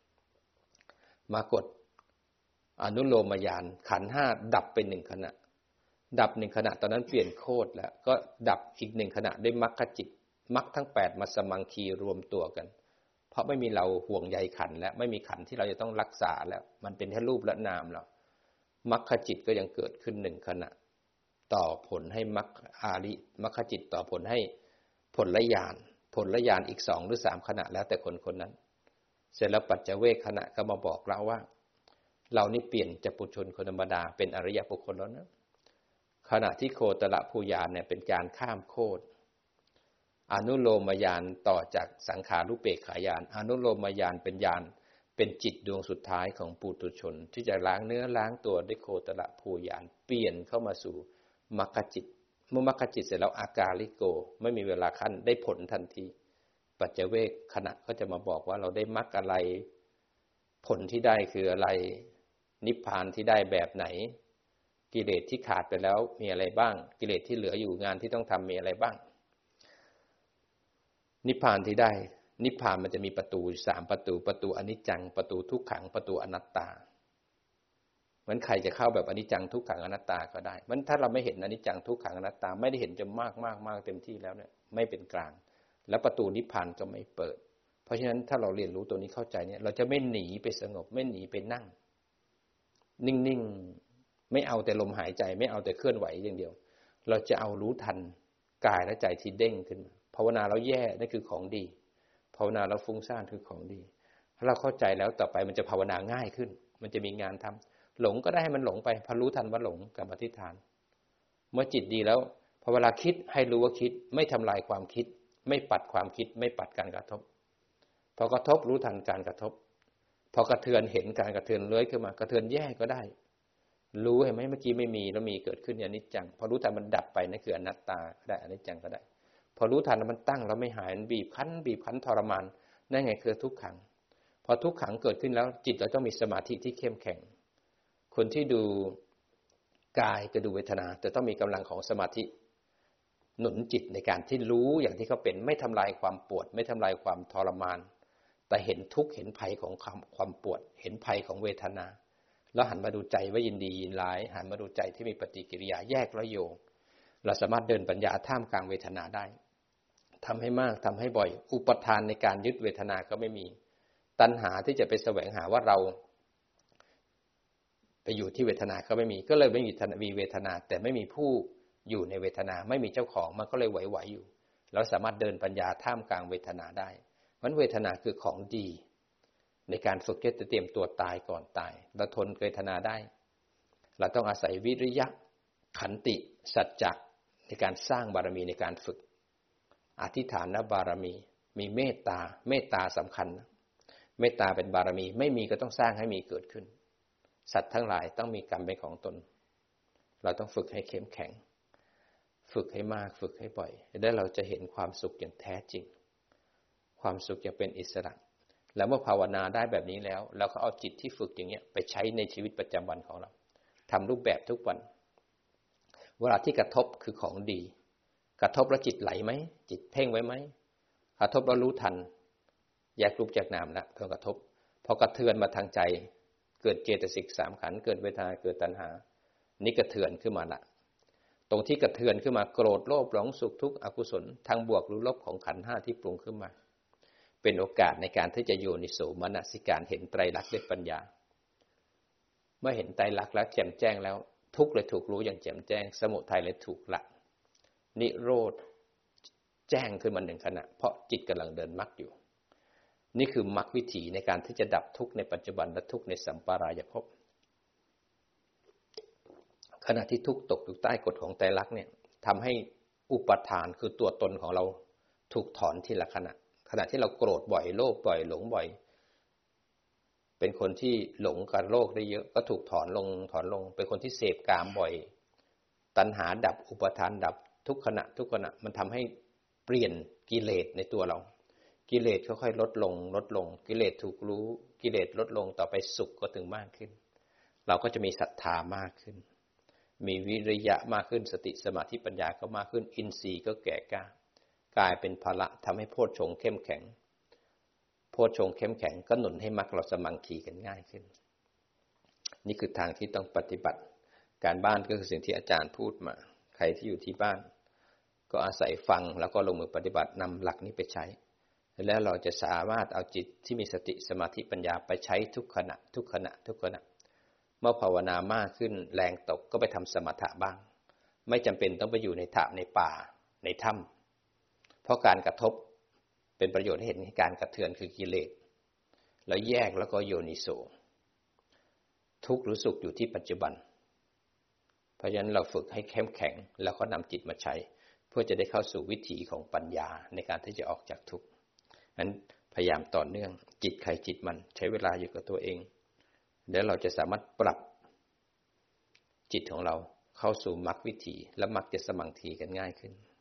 ดอนุโลมญาณขันธ์ห้าดับเป็นหนึ่งขณะดับหนึ่งขณะตอนนั้นเปลี่ยนโคตรแล้วก็ดับอีกหนึ่งขณะด้วยมรรคจิตมรรคทั้ง8มาสมังคีรวมตัวกันเพราะไม่มีเราห่วงใยขันธ์แล้วไม่มีขันธ์ที่เราจะต้องรักษาแล้วมันเป็นแค่รูปและนามแล้วมรรคจิตก็ยังเกิดขึ้นหนึ่งขณะต่อผลให้มรรคอาริมรรคจิตต่อผลให้ผลละญาณอีก2หรือ3ขณะแล้วแต่คนนั้นเสร็จแล้วปัจจเวคขณะก็มาบอกเราว่าเรานี่เปลี่ยนจากปุถุชนคนธรรมดาเป็นอริยบุคคลแล้วนะขณะที่โคตรภูญาณเนี่ยเป็นการข้ามโคตรอนุโลมญาณต่อจากสังขารุปเปกขญาณอนุโลมญาณเป็นญาณเป็นจิตดวงสุดท้ายของปุถุชนที่จะล้างเนื้อล้างตัวด้วยโคตรภูญาณเปลี่ยนเข้ามาสู่มรรคจิตเมื่อมรรคจิตเสร็จแล้วอากาลิโกไม่มีเวลาขั้นได้ผลทันทีปัจจเวคขณะก็จะมาบอกว่าเราได้มรรคอะไรผลที่ได้คืออะไรนิพพานที่ได้แบบไหนกิเลสที่ขาดไปแล้วมีอะไรบ้างกิเลสที่เหลืออยู่งานที่ต้องทำมีอะไรบ้างนิพพานที่ได้นิพพานมันจะมีประตู3ประตูอนิจจังประตูทุกขังประตูอนัตตามันใครจะเข้าแบบอนิจจังทุกขังอนัตตาก็ได้มันถ้าเราไม่เห็นอนิจจังทุกขังอนัตตาไม่ได้เห็นจะมากเต็มที่แล้วเนี่ยไม่เป็นกลางแล้วประตูนิพพานก็ไม่เปิดเพราะฉะนั้นถ้าเราเรียนรู้ตัวนี้เข้าใจเนี่ยเราจะไม่หนีไปสงบไม่หนีไปนั่งนิ่งๆไม่เอาแต่ลมหายใจไม่เอาแต่เคลื่อนไหวอย่างเดียวเราจะเอารู้ทันกายและใจที่เด้งขึ้นภาวนาแล้วแย่นั่นคือของดีภาวนาแล้วฟุ้งซ่านคือของดีถ้าเราเข้าใจแล้วต่อไปมันจะภาวนาง่ายขึ้นมันจะมีงานทำหลงก็ได้ให้มันหลงไปพอรู้ทันว่าหลงกับอธิษฐานเมื่อจิตดีแล้วพอเวลาคิดให้รู้ว่าคิดไม่ทำลายความคิดไม่ปัดความคิดไม่ปัดการกระทบพอกระทบรู้ทันการกระทบพอกระเทือนเห็นการกระเทือนเลื้อยขึ้นมากระเทือนแย่ก็ได้รู้เห็นไหมเมื่อกี้ไม่มีแล้วมีเกิดขึ้นอย่างอนิจจังพอรู้ทันมันดับไปนั่นคืออนัตตาก็ได้อนิจจังก็ได้พอรู้ทันแล้วมันตั้งแล้วไม่หายมันบีบคั้นทรมานนั่นไงคือทุกขังพอทุกขังเกิดขึ้นแล้วจิตเราต้องมีสมาธิที่เข้มแข็งคนที่ดูกายก็ดูเวทนาแต่ต้องมีกำลังของสมาธิหนุนจิตในการที่รู้อย่างที่เขาเป็นไม่ทำลายความปวดไม่ทำลายความทรมานแต่เห็นทุกข์เห็นภัยของความปวดเห็นภัยของเวทนาแล้วหันมาดูใจว่ายินดียินร้ายหันมาดูใจที่มีปฏิกิริยาแยกและโยงเราสามารถเดินปัญญาท่ามกลางเวทนาได้ทำให้มากทำให้บ่อยอุปทานในการยึดเวทนาก็ไม่มีตัณหาที่จะไปแสวงหาว่าเราไปอยู่ที่เวทนาก็ไม่มีก็เลยไม่มีเวทนาแต่ไม่มีผู้อยู่ในเวทนาไม่มีเจ้าของมันก็เลยไหวๆอยู่เราสามารถเดินปัญญาท่ามกลางเวทนาได้เพราะเวทนาคือของดีในการฝึกที่จะเตรียมตัวตายก่อนตายเราทนเวทนาได้เราต้องอาศัยวิริยะขันติสัจจะในการสร้างบารมีในการฝึกอธิษฐานบารมีมีเมตตาสำคัญนะเมตตาเป็นบารมีไม่มีก็ต้องสร้างให้มีเกิดขึ้นสัตว์ทั้งหลายต้องมีกรรมเป็นของตนเราต้องฝึกให้เข้มแข็งฝึกให้มากฝึกให้บ่อยแล้วเราจะเห็นความสุขอย่างแท้จริงความสุขอย่างเป็นอิสระแล้วเมื่อภาวนาได้แบบนี้แล้วเราก็เอาจิตที่ฝึกอย่างเงี้ยไปใช้ในชีวิตประจำวันของเราทำรูปแบบทุกวันเวลาที่กระทบคือของดีกระทบแล้วจิตไหลไหมจิตเพ่งไว้ไหมกระทบแล้วรู้ทันแยกรูปจากนามแล้วพอกระทบพอกระเทือนมาทางใจเกิดเจตสิก3ขันธ์เกิดเวทนาเกิดตัณหานี่กระเทือนขึ้นมาละตรงที่กระเทือนขึ้นมาโกรธโลภหลงสุขทุกข์อกุศลทางบวกหรือลบของขันธ์5ที่ปรุงขึ้นมาเป็นโอกาสในการที่จะโยนิโสมนสิการเห็นไตรลักษณ์ด้วยปัญญาเมื่อเห็นไตรลักษณ์แล้วแจ่มแจ้งแล้วทุกข์เลยถูกรู้อย่างแจ่มแจ้งสมุทัยเลยถูกละนิโรธแจ้งขึ้นมาหนึ่งขณะเพราะจิตกำลังเดินมรรคอยู่นี่คือมรรควิถีในการที่จะดับทุกข์ในปัจจุบันและทุกข์ในสัมปรายภพขณะที่ทุกข์ตกอยู่ใต้กฎของไตรลักษณ์เนี่ยทำให้อุปทานคือตัวตนของเราถูกถอนทีละขณะที่เราโกรธบ่อยโลภบ่อยหลงบ่อยเป็นคนที่หลงกับโลกได้เยอะก็ถูกถอนลงเป็นคนที่เสพกามบ่อยตัณหาดับอุปทานดับทุกขณะมันทำให้เปลี่ยนกิเลสในตัวเรากิเลสค่อยๆลดลงกิเลสถูกรู้กิเลสลดลงต่อไปสุขก็ถึงมากขึ้นเราก็จะมีศรัทธามากขึ้นมีวิริยะมากขึ้นสติสมาธิปัญญาก็มากขึ้นอินทรีย์ก็แก่กล้ากลายเป็นพละทำให้โพชฌงค์เข้มแข็งโพชฌงค์เข้มแข็งก็หนุนให้มรรคเราสมังคีกันง่ายขึ้นนี่คือทางที่ต้องปฏิบัติการบ้านก็คือสิ่งที่อาจารย์พูดมาใครที่อยู่ที่บ้านก็อาศัยฟังแล้วก็ลงมือปฏิบัตินำหลักนี้ไปใช้แล้วเราจะสามารถเอาจิตที่มีสติสมาธิปัญญาไปใช้ทุกขณะเมื่อภาวนามากขึ้นแรงตกก็ไปทำสมถะบ้างไม่จำเป็นต้องไปอยู่ในถ้ำในป่าในถ้ำเพราะการกระทบเป็นประโยชน์ให้เห็นการกระเทือนคือกิเลสแล้วแยกแล้วก็โยนิโสทุกข์หรือสุขอยู่ที่ปัจจุบันเพราะฉะนั้นเราฝึกให้เข้มแข็งแล้วก็นำจิตมาใช้เพื่อจะได้เข้าสู่วิถีของปัญญาในการที่จะออกจากทุกข์นั้นพยายามต่อเนื่องจิตใครจิตมันใช้เวลาอยู่กับตัวเองแล้วเราจะสามารถปรับจิตของเราเข้าสู่มรรควิถีและมรรคจะสมังคีกันง่ายขึ้น